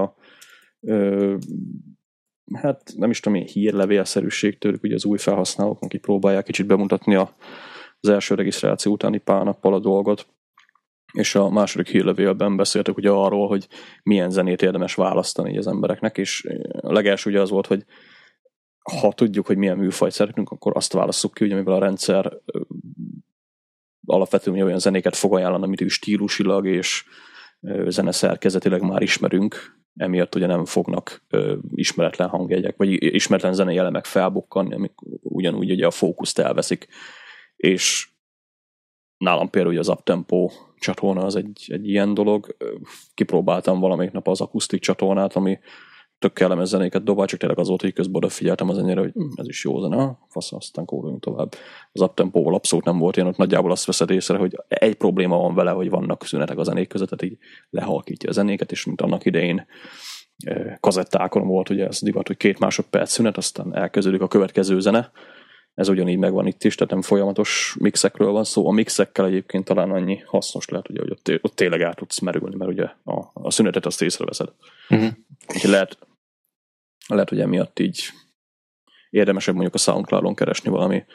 hát nem is tudom, ilyen hírlevélszerűség tőlük, ugye az új felhasználóknak így próbálják kicsit bemutatni az első regisztráció utáni pár nappal a dolgot, és a második hírlevélben beszéltek ugye arról, hogy milyen zenét érdemes választani az embereknek, és a legelső ugye az volt, hogy ha tudjuk, hogy milyen műfajt szeretünk, akkor azt válasszuk ki, ugye, amivel a rendszer alapvetően olyan zenéket fog ajánlani, amit stílusilag és zeneszerkezetileg már ismerünk, emiatt ugye nem fognak ismeretlen hangjegyek, vagy ismeretlen zenei elemek felbukkanni, amik ugyanúgy ugye a fókuszt elveszik, és nálam például az uptempo csatorna az egy ilyen dolog. Kipróbáltam valamelyik nap az akusztik csatornát, ami tök kellemes zenéket dobál, csak tényleg az volt, hogy közben odafigyeltem a zenére, hogy ez is jó zene, fasz, aztán kódoljunk tovább. Az uptempóval abszolút nem volt ilyen, ott nagyjából azt veszed észre, hogy egy probléma van vele, hogy vannak szünetek a zenék között, tehát így lehalkítja a zenéket, és mint annak idején kazettákon volt, ugye ez divat, hogy 2 másodperc szünet, aztán elkezdődik a következő zene. Ez ugyanígy megvan itt is, tehát nem folyamatos mixekről van szó. A mixekkel egyébként talán annyi hasznos lehet, ugye, hogy ott tényleg át tudsz merülni, mert ugye a szünetet azt észreveszed. Uh-huh. Lehet, hogy emiatt így érdemesebb mondjuk a SoundCloud-on keresni valami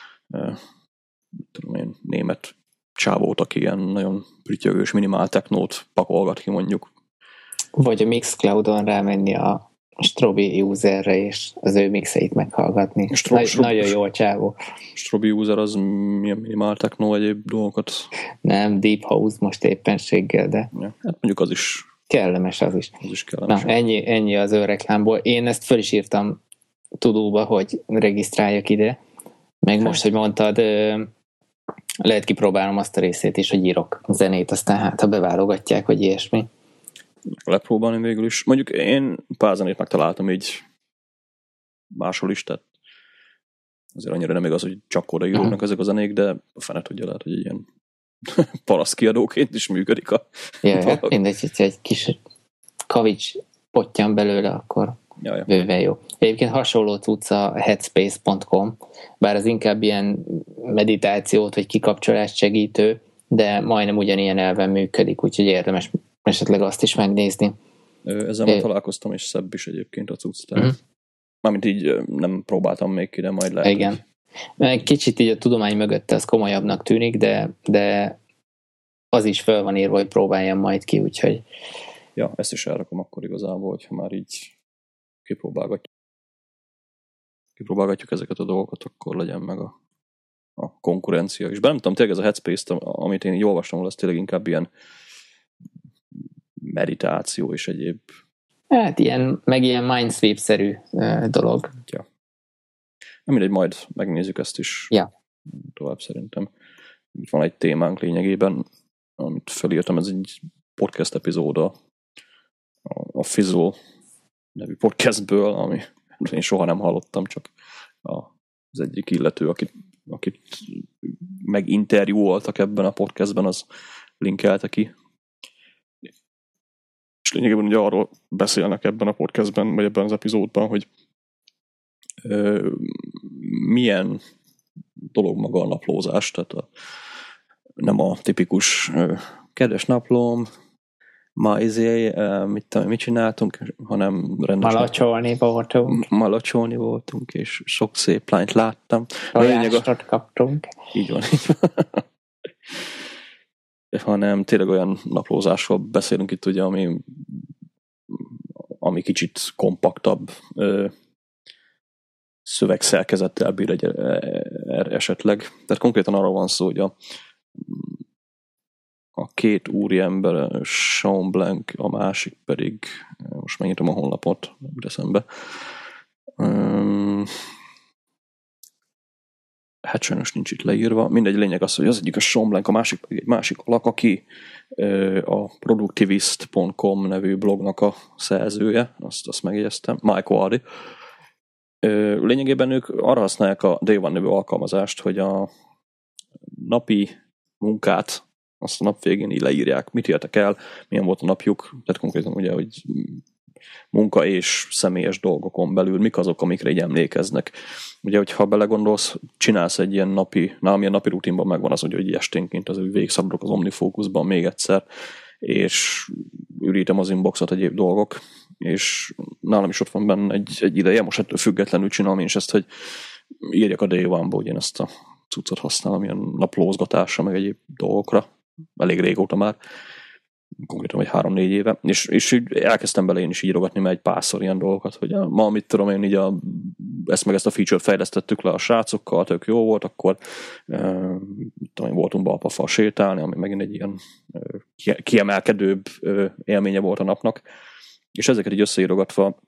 tudom én, német csávót, aki ilyen nagyon prüttyögős minimál technót pakolgat ki mondjuk. Vagy a Mixcloud-on rámenni a Strobi userre, és az ő mixeit meghallgatni. Nagyon jó a csávó. Strobi user az milyen minimál techno egyéb dolgokat? Nem, Deep House most éppenséggel, de... Ja, hát mondjuk az is... Kellemes az is. Az is kellemes. Na, ennyi az önreklámból. Én ezt föl is írtam tudóba, hogy regisztráljak ide. Meg most, hogy mondtad, lehet kipróbálnom azt a részét is, hogy írok zenét, aztán hát, ha beválogatják, hogy ilyesmi. Lepróbálni végül is. Mondjuk én pár zenét megtaláltam így máshol is, tehát azért annyira nem igaz, hogy csak odaíródnak ezek a zenék, de a fene tudja, lehet, hogy ilyen parasztkiadóként is működik a dolog. Mindegy, hogy egy kis kavics pottyan belőle, akkor bőven jó. Egyébként hasonló cucc a headspace.com, bár az inkább ilyen meditációt vagy kikapcsolást segítő, de majdnem ugyanilyen elven működik, úgyhogy érdemes esetleg azt is megnézni. Ezzel már találkoztam, és szebb is egyébként a cucc. Tehát mármint így nem próbáltam még ki, de majd lehet. Igen. Hogy... Kicsit így a tudomány mögötte ez komolyabbnak tűnik, de az is fel van írva, hogy próbáljam majd ki, úgyhogy... Ja, ezt is elrakom akkor igazából, hogyha már így kipróbálgatjuk ezeket a dolgokat, akkor legyen meg a konkurencia is. Bár nem tudom, tényleg ez a Headspace, amit én így olvastam, az tényleg inkább ilyen meditáció és egyéb Hát ilyen Mindsweep-szerű dolog. Ja. Mindegy, majd megnézzük ezt is. Ja. Tovább szerintem. Itt van egy témánk lényegében, amit felírtam, ez egy podcast epizóda a Fizzle nevű podcastből, ami én soha nem hallottam, csak az egyik illető, akit meginterjúoltak ebben a podcastben, az linkelte ki. És lényegében ugye arról beszélnek ebben a podcastben, vagy ebben az epizódban, hogy milyen dolog maga a naplózás, tehát nem a tipikus kedves naplóm, ma mit csináltunk, hanem rendes Malacsolni voltunk, és sok szép lányt láttam. Tojástot kaptunk. Így van. Hanem tényleg olyan naplózásról beszélünk itt, ugye, ami kicsit kompaktabb szövegszerkezettel bír esetleg. Tehát konkrétan arról van szó, hogy a két úriember, Sean Blanc, a másik pedig, most megnyitom a honlapot, nem eszembe. Hát sajnos nincs itt leírva. Mindegy, lényeg az, hogy az egyik a Sean Blanc, a másik pedig egy másik alak, aki a productivist.com nevű blognak a szerzője, azt megjegyeztem, Mike Wardy. Lényegében ők arra használják a Day One nevű alkalmazást, hogy a napi munkát azt a nap végén így leírják, mit értek el, milyen volt a napjuk, tehát konkrétan ugye, hogy munka és személyes dolgokon belül mik azok, amikre így emlékeznek. Ugye, hogyha belegondolsz, csinálsz egy ilyen nálam ilyen napi rutinban megvan az, hogy esténként az, hogy végigszabadok az OmniFocusban még egyszer, és ürítem az inboxot egyéb dolgok, és nálam is ott van benne egy ideje, most ettől függetlenül csinálom én is ezt, hogy írjak a Day One-ba, hogy én ezt a cuccot használom ilyen naplózgatásra, meg egyéb dolgokra. Elég régóta már, konkrétan vagy 3-4 éve, és elkezdtem bele én is írogatni már egy párszor ilyen dolgokat, hogy ma mit tudom én, így ezt a feature-t fejlesztettük le a srácokkal, tök jó volt, akkor voltunk Balpafal sétálni, ami megint egy ilyen kiemelkedőbb élménye volt a napnak, és ezeket így összeírogatva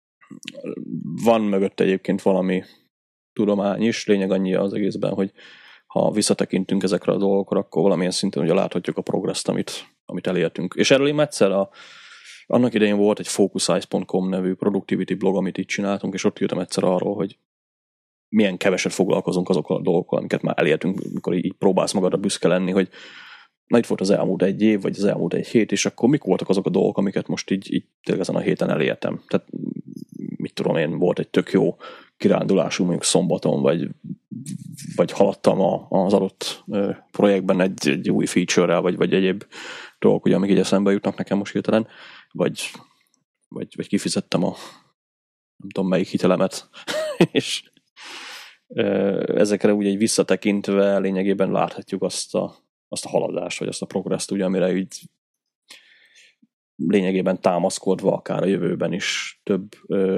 van mögött egyébként valami tudomány is, lényeg annyi az egészben, hogy ha visszatekintünk ezekre a dolgokra, akkor valamilyen szinten ugye láthatjuk a progresszt, amit elértünk. És erről én egyszer annak idején volt egy focusize.com nevű productivity blog, amit itt csináltunk, és ott írtam egyszer arról, hogy milyen keveset foglalkozunk azokkal a dolgokkal, amiket már elértünk, amikor így próbálsz magadra büszke lenni, hogy na itt volt az elmúlt egy év, vagy az elmúlt egy hét, és akkor mik voltak azok a dolgok, amiket most így tényleg ezen a héten elértem. Tehát mit tudom én, volt egy tök jó kirándulású mondjuk szombaton, vagy haladtam az adott projektben egy új feature-rel, vagy egyéb dolgok, ugye, amik így eszembe jutnak nekem most hirtelen, vagy kifizettem a nem tudom melyik hitelemet, és ezekre ugye egy visszatekintve lényegében láthatjuk azt a haladást, vagy azt a progresszt, ugye, amire így lényegében támaszkodva akár a jövőben is több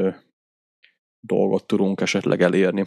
dolgot tudunk esetleg elérni.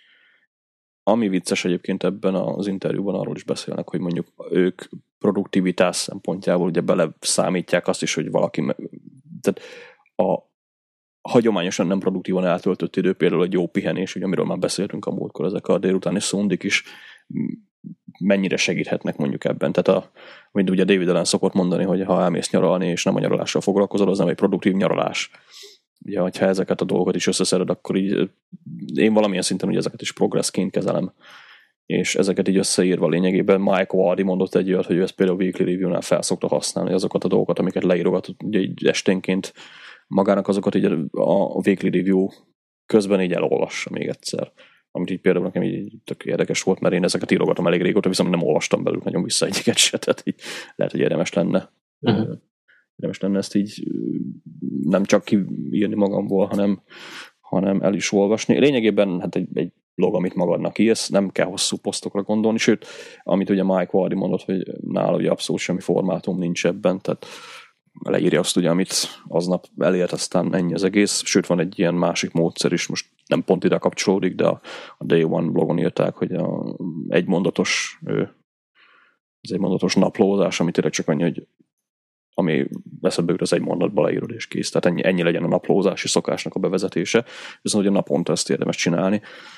Ami vicces egyébként ebben az interjúban, arról is beszélnek, hogy mondjuk ők produktivitás szempontjából ugye beleszámítják azt is, hogy valaki, tehát a hagyományosan nem produktívan eltöltött idő, például egy jó pihenés, ugye, amiről már beszéltünk a múltkor, ezek a délutáni szundik is mennyire segíthetnek mondjuk ebben. Tehát mint ugye David Allen szokott mondani, hogy ha elmész nyaralni, és nem a nyaralással foglalkozol, az nem egy produktív nyaralás. Ugye, hogyha ezeket a dolgokat is összeszeded, akkor így én valamilyen szinten ugye ezeket is progresszként kezelem. És ezeket így összeírva lényegében Mike Wardy mondott egy olyat, hogy ő ezt például a Weekly Review-nál felszokta használni, azokat a dolgokat, amiket leírogatott, ugye így esténként magának azokat így a Weekly Review közben így elolvassa még egyszer. Amit így például nekem így tök érdekes volt, mert én ezeket írogatom elég régóta, viszont nem olvastam belőle nagyon vissza egyiket se, tehát így lehet, hogy érdemes lenne. Érdemes lenne ezt így nem csak kiírni magamból, hanem el is olvasni. Lényegében hát egy blog, amit magadnak írsz, nem kell hosszú posztokra gondolni, sőt, amit ugye Mike Wardy mondott, hogy nála ugye abszolút semmi formátum nincs ebben, tehát leírja azt ugye, amit aznap elért, aztán ennyi az egész, sőt van egy ilyen másik módszer is, most nem pont ide kapcsolódik, de a Day One blogon írták, hogy egymondatos naplózás, amit tényleg csak annyi, hogy ami eszedbe jut, az egy mondatba leírod és kész. Tehát ennyi legyen a naplózási szokásnak a bevezetése. Viszont ugye naponta ezt érdemes csinálni.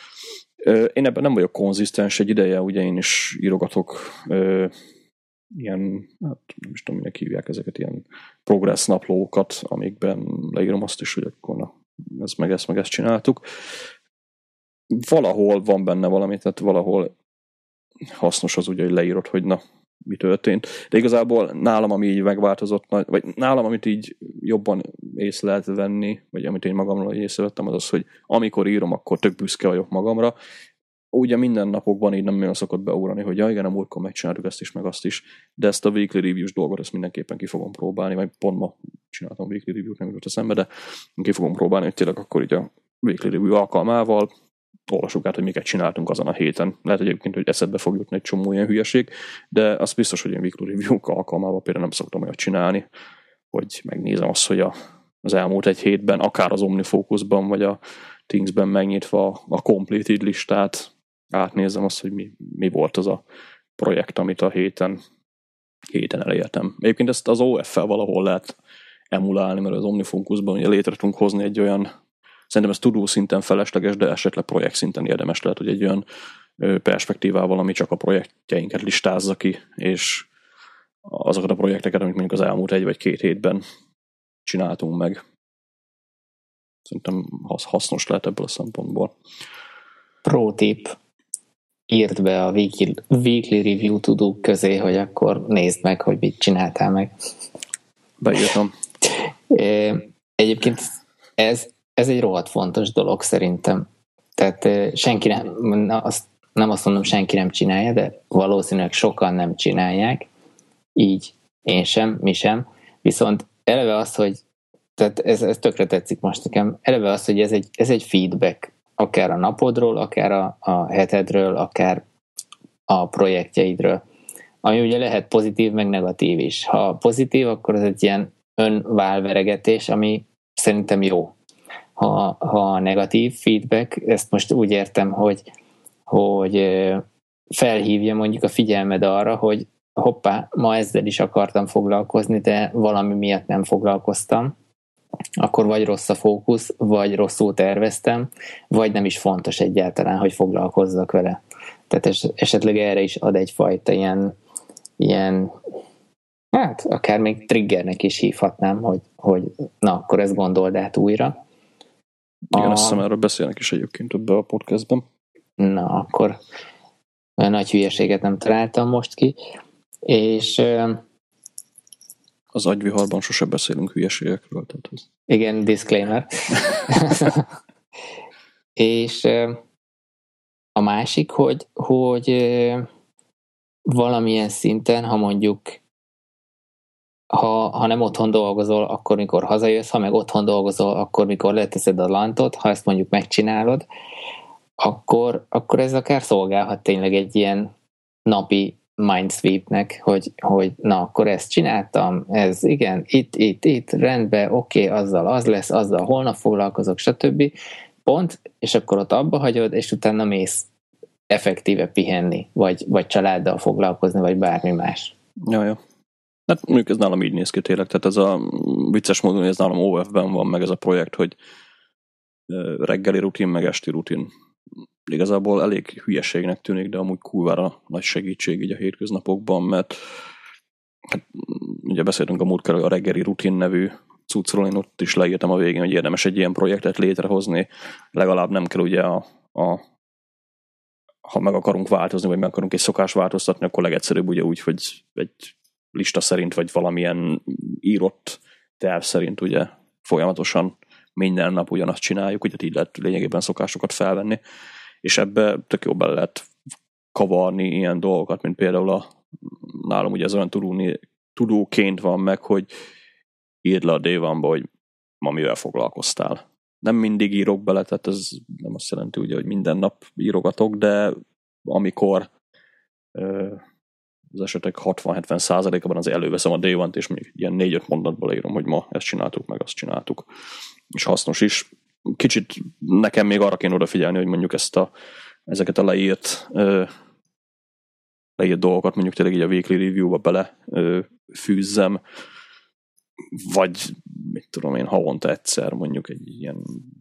Én ebben nem vagyok konzisztens egy ideje, ugye én is írogatok ilyen, hát nem is tudom, minek hívják ezeket, ilyen progress naplókat, amikben leírom azt is, hogy akkor na, ezt csináltuk. Valahol van benne valami, tehát valahol hasznos az ugye, hogy leírod, hogy na, mi történt. De igazából nálam, ami így megváltozott, vagy nálam, amit így jobban észre lehet venni, vagy amit én magamról észrevettem, az az, hogy amikor írom, akkor tök büszke vagyok magamra. Ugye minden napokban így nem nagyon szokott beugrani, hogy ja, igen, a múltkor megcsináltuk ezt is, meg azt is, de ezt a weekly reviews dolgot, ezt mindenképpen ki fogom próbálni, vagy pont ma csináltam weekly review-t, nem jutott eszembe, de ki fogom próbálni, hogy tényleg akkor így a weekly review alkalmával olvassuk át, hogy miket csináltunk azon a héten. Lehet egyébként, hogy eszedbe fog jutni egy csomó ilyen hülyeség, de az biztos, hogy én weekly review alkalmával például nem szoktam olyat csinálni, hogy megnézem azt, hogy az elmúlt egy hétben, akár az OmniFocusban, vagy a Thingsben megnyitva a completed listát, átnézem azt, hogy mi volt az a projekt, amit a héten elértem. Egyébként ezt az OF-fel valahol lehet emulálni, mert az OmniFocusban ugye létre tudunk hozni egy olyan, szerintem ez tudó szinten felesleges, de esetleg projekt szinten érdemes lehet, hogy egy olyan perspektívával, ami csak a projektjeinket listázza ki, és azokat a projekteket, amit mondjuk az elmúlt 1 vagy 2 hétben csináltunk meg. Szerintem hasznos lehet ebből a szempontból. Pro tip: írd be a weekly review tudók közé, hogy akkor nézd meg, hogy mit csináltál meg. Beírtam. Egyébként ez egy rohadt fontos dolog szerintem. Tehát senki nem azt mondom, senki nem csinálja, de valószínűleg sokan nem csinálják. Így én sem, mi sem. Viszont eleve az, hogy tehát ez tökre tetszik most nekem, eleve az, hogy ez egy feedback, akár a napodról, akár a hetedről, akár a projektjeidről. Ami ugye lehet pozitív, meg negatív is. Ha pozitív, akkor ez egy ilyen önválveregetés, ami szerintem jó. Ha negatív feedback, ezt most úgy értem, hogy felhívja mondjuk a figyelmed arra, hogy hoppá, ma ezzel is akartam foglalkozni, de valami miatt nem foglalkoztam, akkor vagy rossz a fókusz, vagy rosszul terveztem, vagy nem is fontos egyáltalán, hogy foglalkozzak vele. Tehát esetleg erre is ad egyfajta ilyen hát akár még triggernek is hívhatnám, hogy na, akkor ezt gondold át újra. Igen, azt hiszem, erről beszélnek is egyébként ebben a podcastben. Na, akkor olyan nagy hülyeséget nem találtam most ki. És az agyviharban sose beszélünk hülyeségekről. Tehát ez... Igen, disclaimer. És a másik, hogy valamilyen szinten, ha mondjuk ha nem otthon dolgozol, akkor mikor hazajössz, ha meg otthon dolgozol, akkor mikor leteszed a lantot, ha ezt mondjuk megcsinálod, akkor ez akár szolgálhat tényleg egy ilyen napi mindsweepnek, hogy na, akkor ezt csináltam, ez igen, itt, rendben, oké, azzal az lesz, azzal holnap foglalkozok, stb. Pont, és akkor ott abba hagyod, és utána mész effektíve pihenni, vagy családdal foglalkozni, vagy bármi más. Ja. Hát mondjuk ez nálam így néz ki tényleg, tehát ez a vicces módon, ez nálam OF-ben van meg ez a projekt, hogy reggeli rutin, meg esti rutin. Igazából elég hülyeségnek tűnik, de amúgy kurvára nagy segítség így a hétköznapokban, mert hát, ugye beszéltünk a múltkor a reggeli rutin nevű cuccról, én ott is leírtam a végén, hogy érdemes egy ilyen projektet létrehozni, legalább nem kell ugye ha meg akarunk változni, vagy meg akarunk egy szokást változtatni, akkor legegyszerűbb ugye úgy, hogy egy lista szerint, vagy valamilyen írott terv szerint ugye folyamatosan minden nap ugyanazt csináljuk, ugye így lehet lényegében szokásokat felvenni, és ebbe tök jól bele lehet kavarni ilyen dolgokat, mint például nálam ugye ez olyan tudóként van meg, hogy írd le a day-one-ba, hogy ma mivel foglalkoztál. Nem mindig írok bele, tehát ez nem azt jelenti ugye, hogy minden nap írogatok, de amikor az esetek 60-70%-ban az előveszem a day-one-t, és mondjuk ilyen 4-5 mondatból leírom, hogy ma ezt csináltuk, meg azt csináltuk. És hasznos is. Kicsit nekem még arra kéne odafigyelni, hogy mondjuk ezeket a leírt dolgokat mondjuk tényleg így a weekly review-ba bele fűzzem. vagy mit tudom én, havonta egyszer mondjuk egy ilyen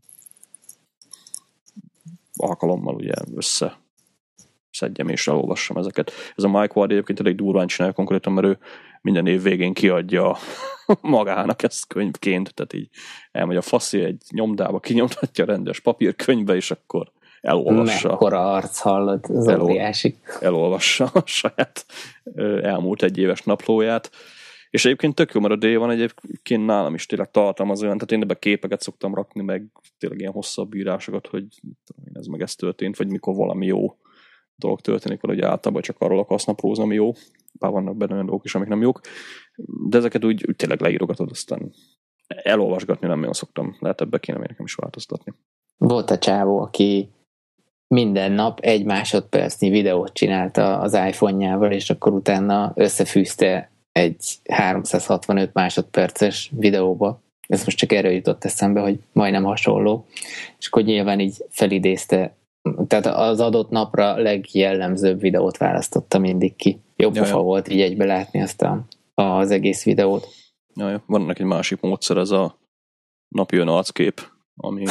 alkalommal ugye összeszedjem és elolvassam ezeket. Ez a Mike Ward egyébként elég durván csinálja konkrétan, mert ő minden év végén kiadja magának ezt könyvként, tehát így elmegy a faszi egy nyomdába, kinyomtatja rendes papírkönyvbe, és akkor elolvassa. Mekkora arc hallott, az óriási. Elolvassa a saját elmúlt egy éves naplóját. És egyébként tök jó, mert a D van egyébként nálam is tényleg tartalmaz olyan, tehát én ebbe képeket szoktam rakni, meg tényleg ilyen hosszabb írásokat, hogy ez meg ez történt, vagy mikor valami jó dolog történik, vagy általában csak arról akarsz naplózni, ami jó. Bár vannak benne olyan dolgok is, amik nem jók. De ezeket úgy tényleg leírogatod, aztán elolvasgatni nem nagyon szoktam. Lehet ebbe kéne még nekem is változtatni. Volt a csávó, aki minden nap 1 másodpercnyi videót csinálta az iPhone-jával, és akkor utána összefűzte egy 365 másodperces videóba. Ez most csak erről jutott eszembe, hogy majdnem hasonló. És akkor nyilván így felidézte, tehát az adott napra legjellemzőbb videót választotta mindig ki. Jobb pofa volt így egybe látni azt az egész videót. Ja. Van ennek egy másik módszer, ez a napi arckép, ami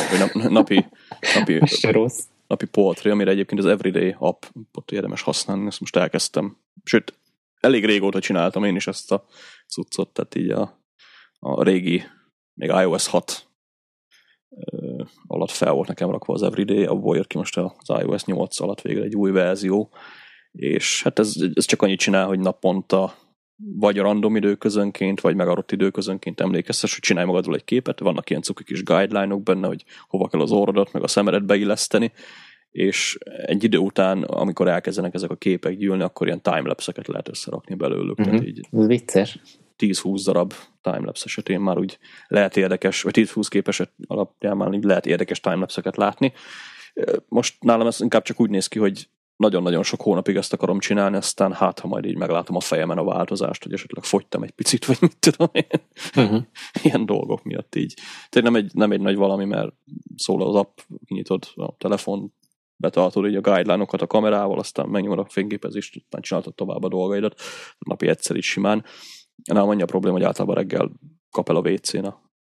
napi portré, amire egyébként az Everyday app ott érdemes használni, ezt most elkezdtem. Sőt, elég régóta csináltam én is ezt a cuccot, tehát így a régi, még iOS 6 alatt fel volt nekem rakva az Everyday, abból jött ki most az iOS 8 alatt végre egy új verzió, és hát ez csak annyit csinál, hogy naponta vagy random időközönként, vagy megadott időközönként emlékeztes, hogy csinálj magadról egy képet, vannak ilyen cuki kis guideline-ok benne, hogy hova kell az orrodat, meg a szemedet beilleszteni, és egy idő után, amikor elkezdenek ezek a képek gyűlni, akkor ilyen timelapse-eket lehet összerakni belőlük. Tehát így vicces. 10-20 darab timelapse esetén már úgy lehet érdekes, vagy 10-20 kép eset alapján már lehet érdekes timelapse-eket látni. Most nálam ez inkább csak úgy néz ki, hogy nagyon-nagyon sok hónapig ezt akarom csinálni, aztán ha majd így meglátom a fejemen a változást, hogy esetleg fogytam egy picit, vagy mit tudom én. Ilyen dolgok miatt így. Tehát nem egy nagy valami, mert szól az app, kinyitod a telefon, betartod így a guideline-okat a kamerával, aztán megnyomod a fényképezést, aztán csináltad tovább a dolgaidat, napi egyszer is simán. Nálam annyi a probléma, hogy általában reggel kap el a WC-n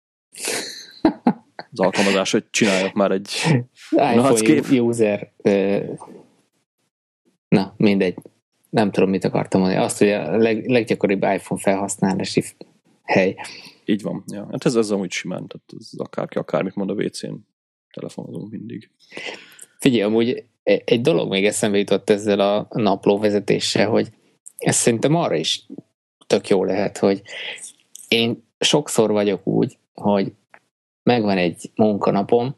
az alkalmazás, hogy csináljak már egy iPhone user na, mindegy. Nem tudom, mit akartam mondani. Azt, hogy a leggyakoribb iPhone felhasználási hely. Így van. Ja. Hát ez amúgy simán. Tehát ez akármit mond a WC-n, telefonozunk mindig. Figyelj, amúgy egy dolog még eszembe jutott ezzel a naplóvezetéssel, hogy ez szerintem arra is tök jó lehet, hogy én sokszor vagyok úgy, hogy megvan egy munkanapom,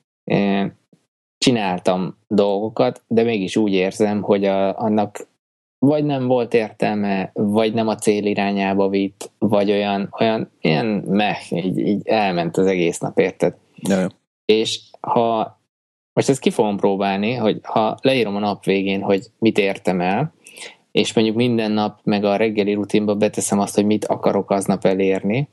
csináltam dolgokat, de mégis úgy érzem, hogy annak vagy nem volt értelme, vagy nem a cél irányába vitt, vagy olyan ilyen így elment az egész nap, érted? Ja. És ha most ezt ki fogom próbálni, hogy ha leírom a nap végén, hogy mit értem el, és mondjuk minden nap meg a reggeli rutinba beteszem azt, hogy mit akarok aznap elérni,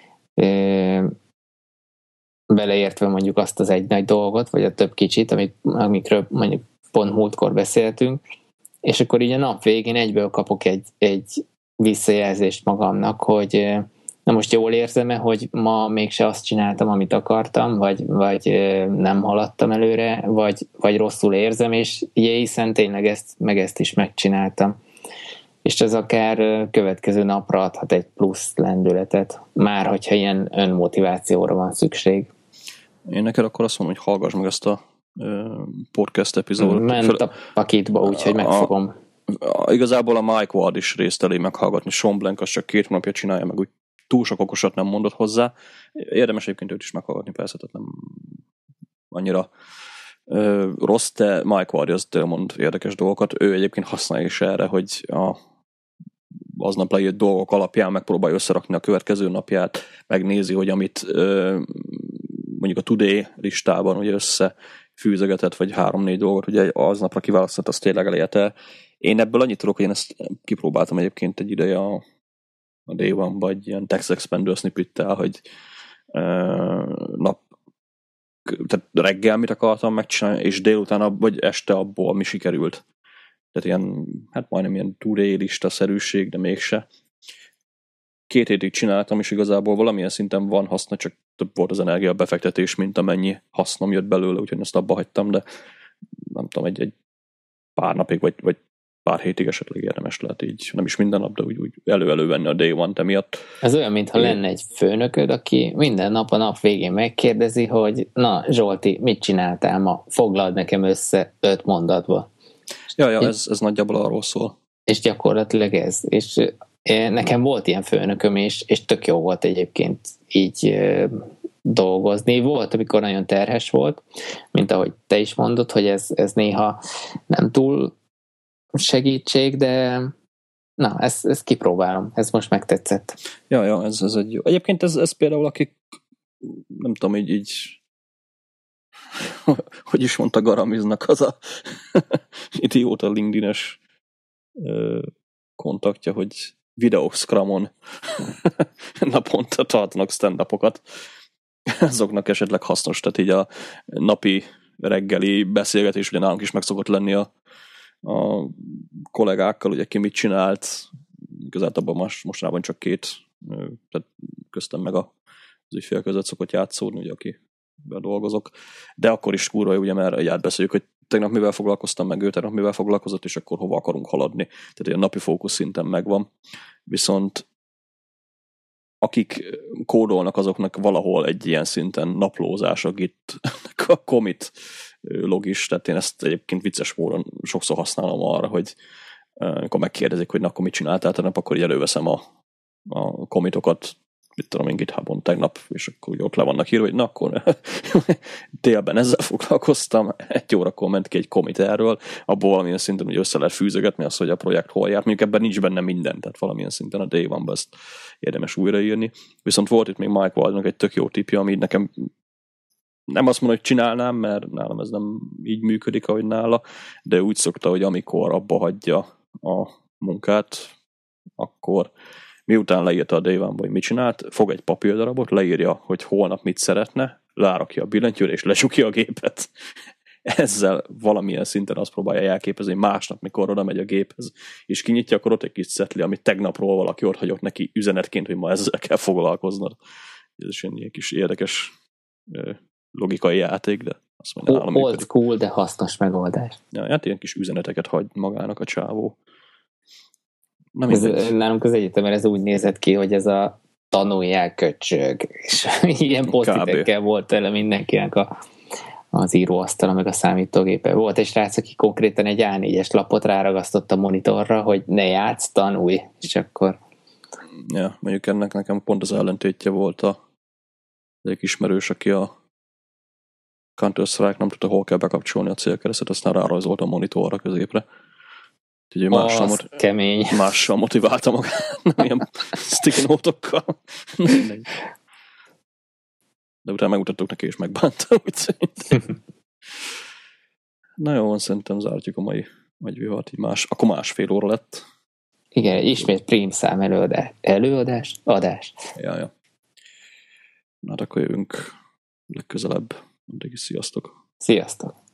beleértve mondjuk azt az egy nagy dolgot, vagy a több kicsit, amikről mondjuk pont múltkor beszéltünk, és akkor így a nap végén egyből kapok egy visszajelzést magamnak, hogy na most jól érzem-e, hogy ma mégse azt csináltam, amit akartam, vagy nem haladtam előre, vagy rosszul érzem, és hiszen tényleg ezt is megcsináltam. És ez akár következő napra adhat egy plusz lendületet, már hogyha ilyen önmotivációra van szükség. Én neked akkor azt mondom, hogy hallgass meg ezt a podcast epizódot. Ment a pakitba, úgyhogy megfogom. Igazából a Mike Ward is részt elég meghallgatni. Sean Blank az csak 2 napja csinálja, meg úgy túl sok okosat nem mondott hozzá. Érdemes egyébként őt is meghallgatni, persze, tehát nem annyira rossz, de Mike Ward az mond érdekes dolgokat. Ő egyébként használja is erre, hogy aznap leírt dolgok alapján megpróbálja összerakni a következő napját, megnézi, hogy amit mondjuk a today listában ugye összefűzegetett, vagy 3-4 dolgot, ugye aznapra kiválasztott, azt tényleg elérte. Én ebből annyit tudok, hogy én ezt kipróbáltam egyébként egy ideje a Day One-ba egy ilyen text expander snippettel, hogy tehát reggel mit akartam megcsinálni, és délután vagy este abból mi sikerült. Tehát ilyen, hát majdnem ilyen today lista-szerűség, de mégse. 2 hétig csináltam, és igazából valamilyen szinten van haszna, csak több volt az energia befektetés, mint amennyi hasznom jött belőle, úgyhogy ezt abba hagytam, de nem tudom, egy pár napig, vagy pár hétig esetleg érdemes lehet így, nem is minden nap, de úgy elő-elővenni a day one emiatt. Ez olyan, mintha lenne egy főnököd, aki minden nap a nap végén megkérdezi, hogy na Zsolti, mit csináltál ma? Foglald nekem össze 5 mondatba. Ja, ez nagyjából arról szól. És gyakorlatilag ez. És nekem volt ilyen főnököm, és tök jó volt egyébként így dolgozni. Volt, amikor nagyon terhes volt, mint ahogy te is mondod, hogy ez néha nem túl segítség, de na, ezt kipróbálom. Ez most megtetszett. Ja, ez egy jó. Egyébként ez például, akik nem tudom, így hogy is mondta, garamiznak az a idióta LinkedIn-es kontaktja, hogy videó Scrumon naponta tartanak stand-upokat. Azoknak esetleg hasznos, tehát így a napi reggeli beszélgetés, ugye nálunk is meg szokott lenni a kollégákkal, ugye ki mit csinált, közáltalában mostanában csak 2, tehát köztem meg az ügyfél között szokott játszódni, ugye akivel dolgozok, de akkor is kurva, ugye, mert így átbeszéljük, hogy tegnap mivel foglalkoztam, meg ő tegnap mivel foglalkozott, és akkor hova akarunk haladni. Tehát ilyen napi fókusz szinten megvan. Viszont akik kódolnak, azoknak valahol egy ilyen szinten naplózás a Git, a commit log is, tehát én ezt egyébként vicces módon sokszor használom arra, hogy amikor megkérdezik, hogy na, akkor mit csináltál tegnap, akkor így előveszem a commitokat, mit tudom én, GitHubon tegnap, és akkor ott le vannak írva, hogy na, akkor délben ezzel foglalkoztam, 1 órakor ment ki egy commit erről, abból valamilyen szinten hogy össze lehet fűzögetni azt, hogy a projekt hol járt, mondjuk ebben nincs benne minden, tehát valamilyen szinten a day one-ban ezt érdemes újraírni. Viszont volt itt még Mike Waldnak egy tök jó tipja, ami nekem nem azt mondom, hogy csinálnám, mert nálam ez nem így működik, ahogy nála, de úgy szokta, hogy amikor abba hagyja a munkát, akkor miután leírta a day one-ba, hogy mit csinált, fog egy papírdarabot, leírja, hogy holnap mit szeretne, rárakja a billentyűre, és lecsukja a gépet. Ezzel valamilyen szinten azt próbálja elképezni, hogy másnap, mikor oda megy a géphez, és kinyitja, akkor ott egy kis szetli, amit tegnapról valaki ott hagyott neki üzenetként, hogy ma ezzel kell foglalkoznod. Ez is egy kis érdekes logikai játék, de azt mondja, old school, de hasznos megoldás. Ja, hát ilyen kis üzeneteket hagy magának a csávó. Nálunk az egyetemen ez úgy nézett ki, hogy ez a tanulják köcsög, és ilyen posztitekkel volt tele mindenkinek az íróasztala, meg a számítógépe. Volt egy srác, aki konkrétan egy A4-es lapot ráragasztott a monitorra, hogy ne játsz, tanulj, és akkor... Ja, mondjuk ennek nekem pont az ellentétje volt egy ismerős, aki a Counter-Strike nem tudta, hol kell bekapcsolni a célkeresztet, aztán rárajzolt a monitorra középre. Úgyhogy mással motiválta magát, nem ilyen sticky note-okkal. De utána megmutattuk neki, és megbánta, úgy szerintem. Na jó, szerintem zártjuk a mai vihart, akkor 1,5 óra lett. Igen, ismét prímszám adás. Ja. Na hát akkor jövünk legközelebb. Addig is sziasztok. Sziasztok.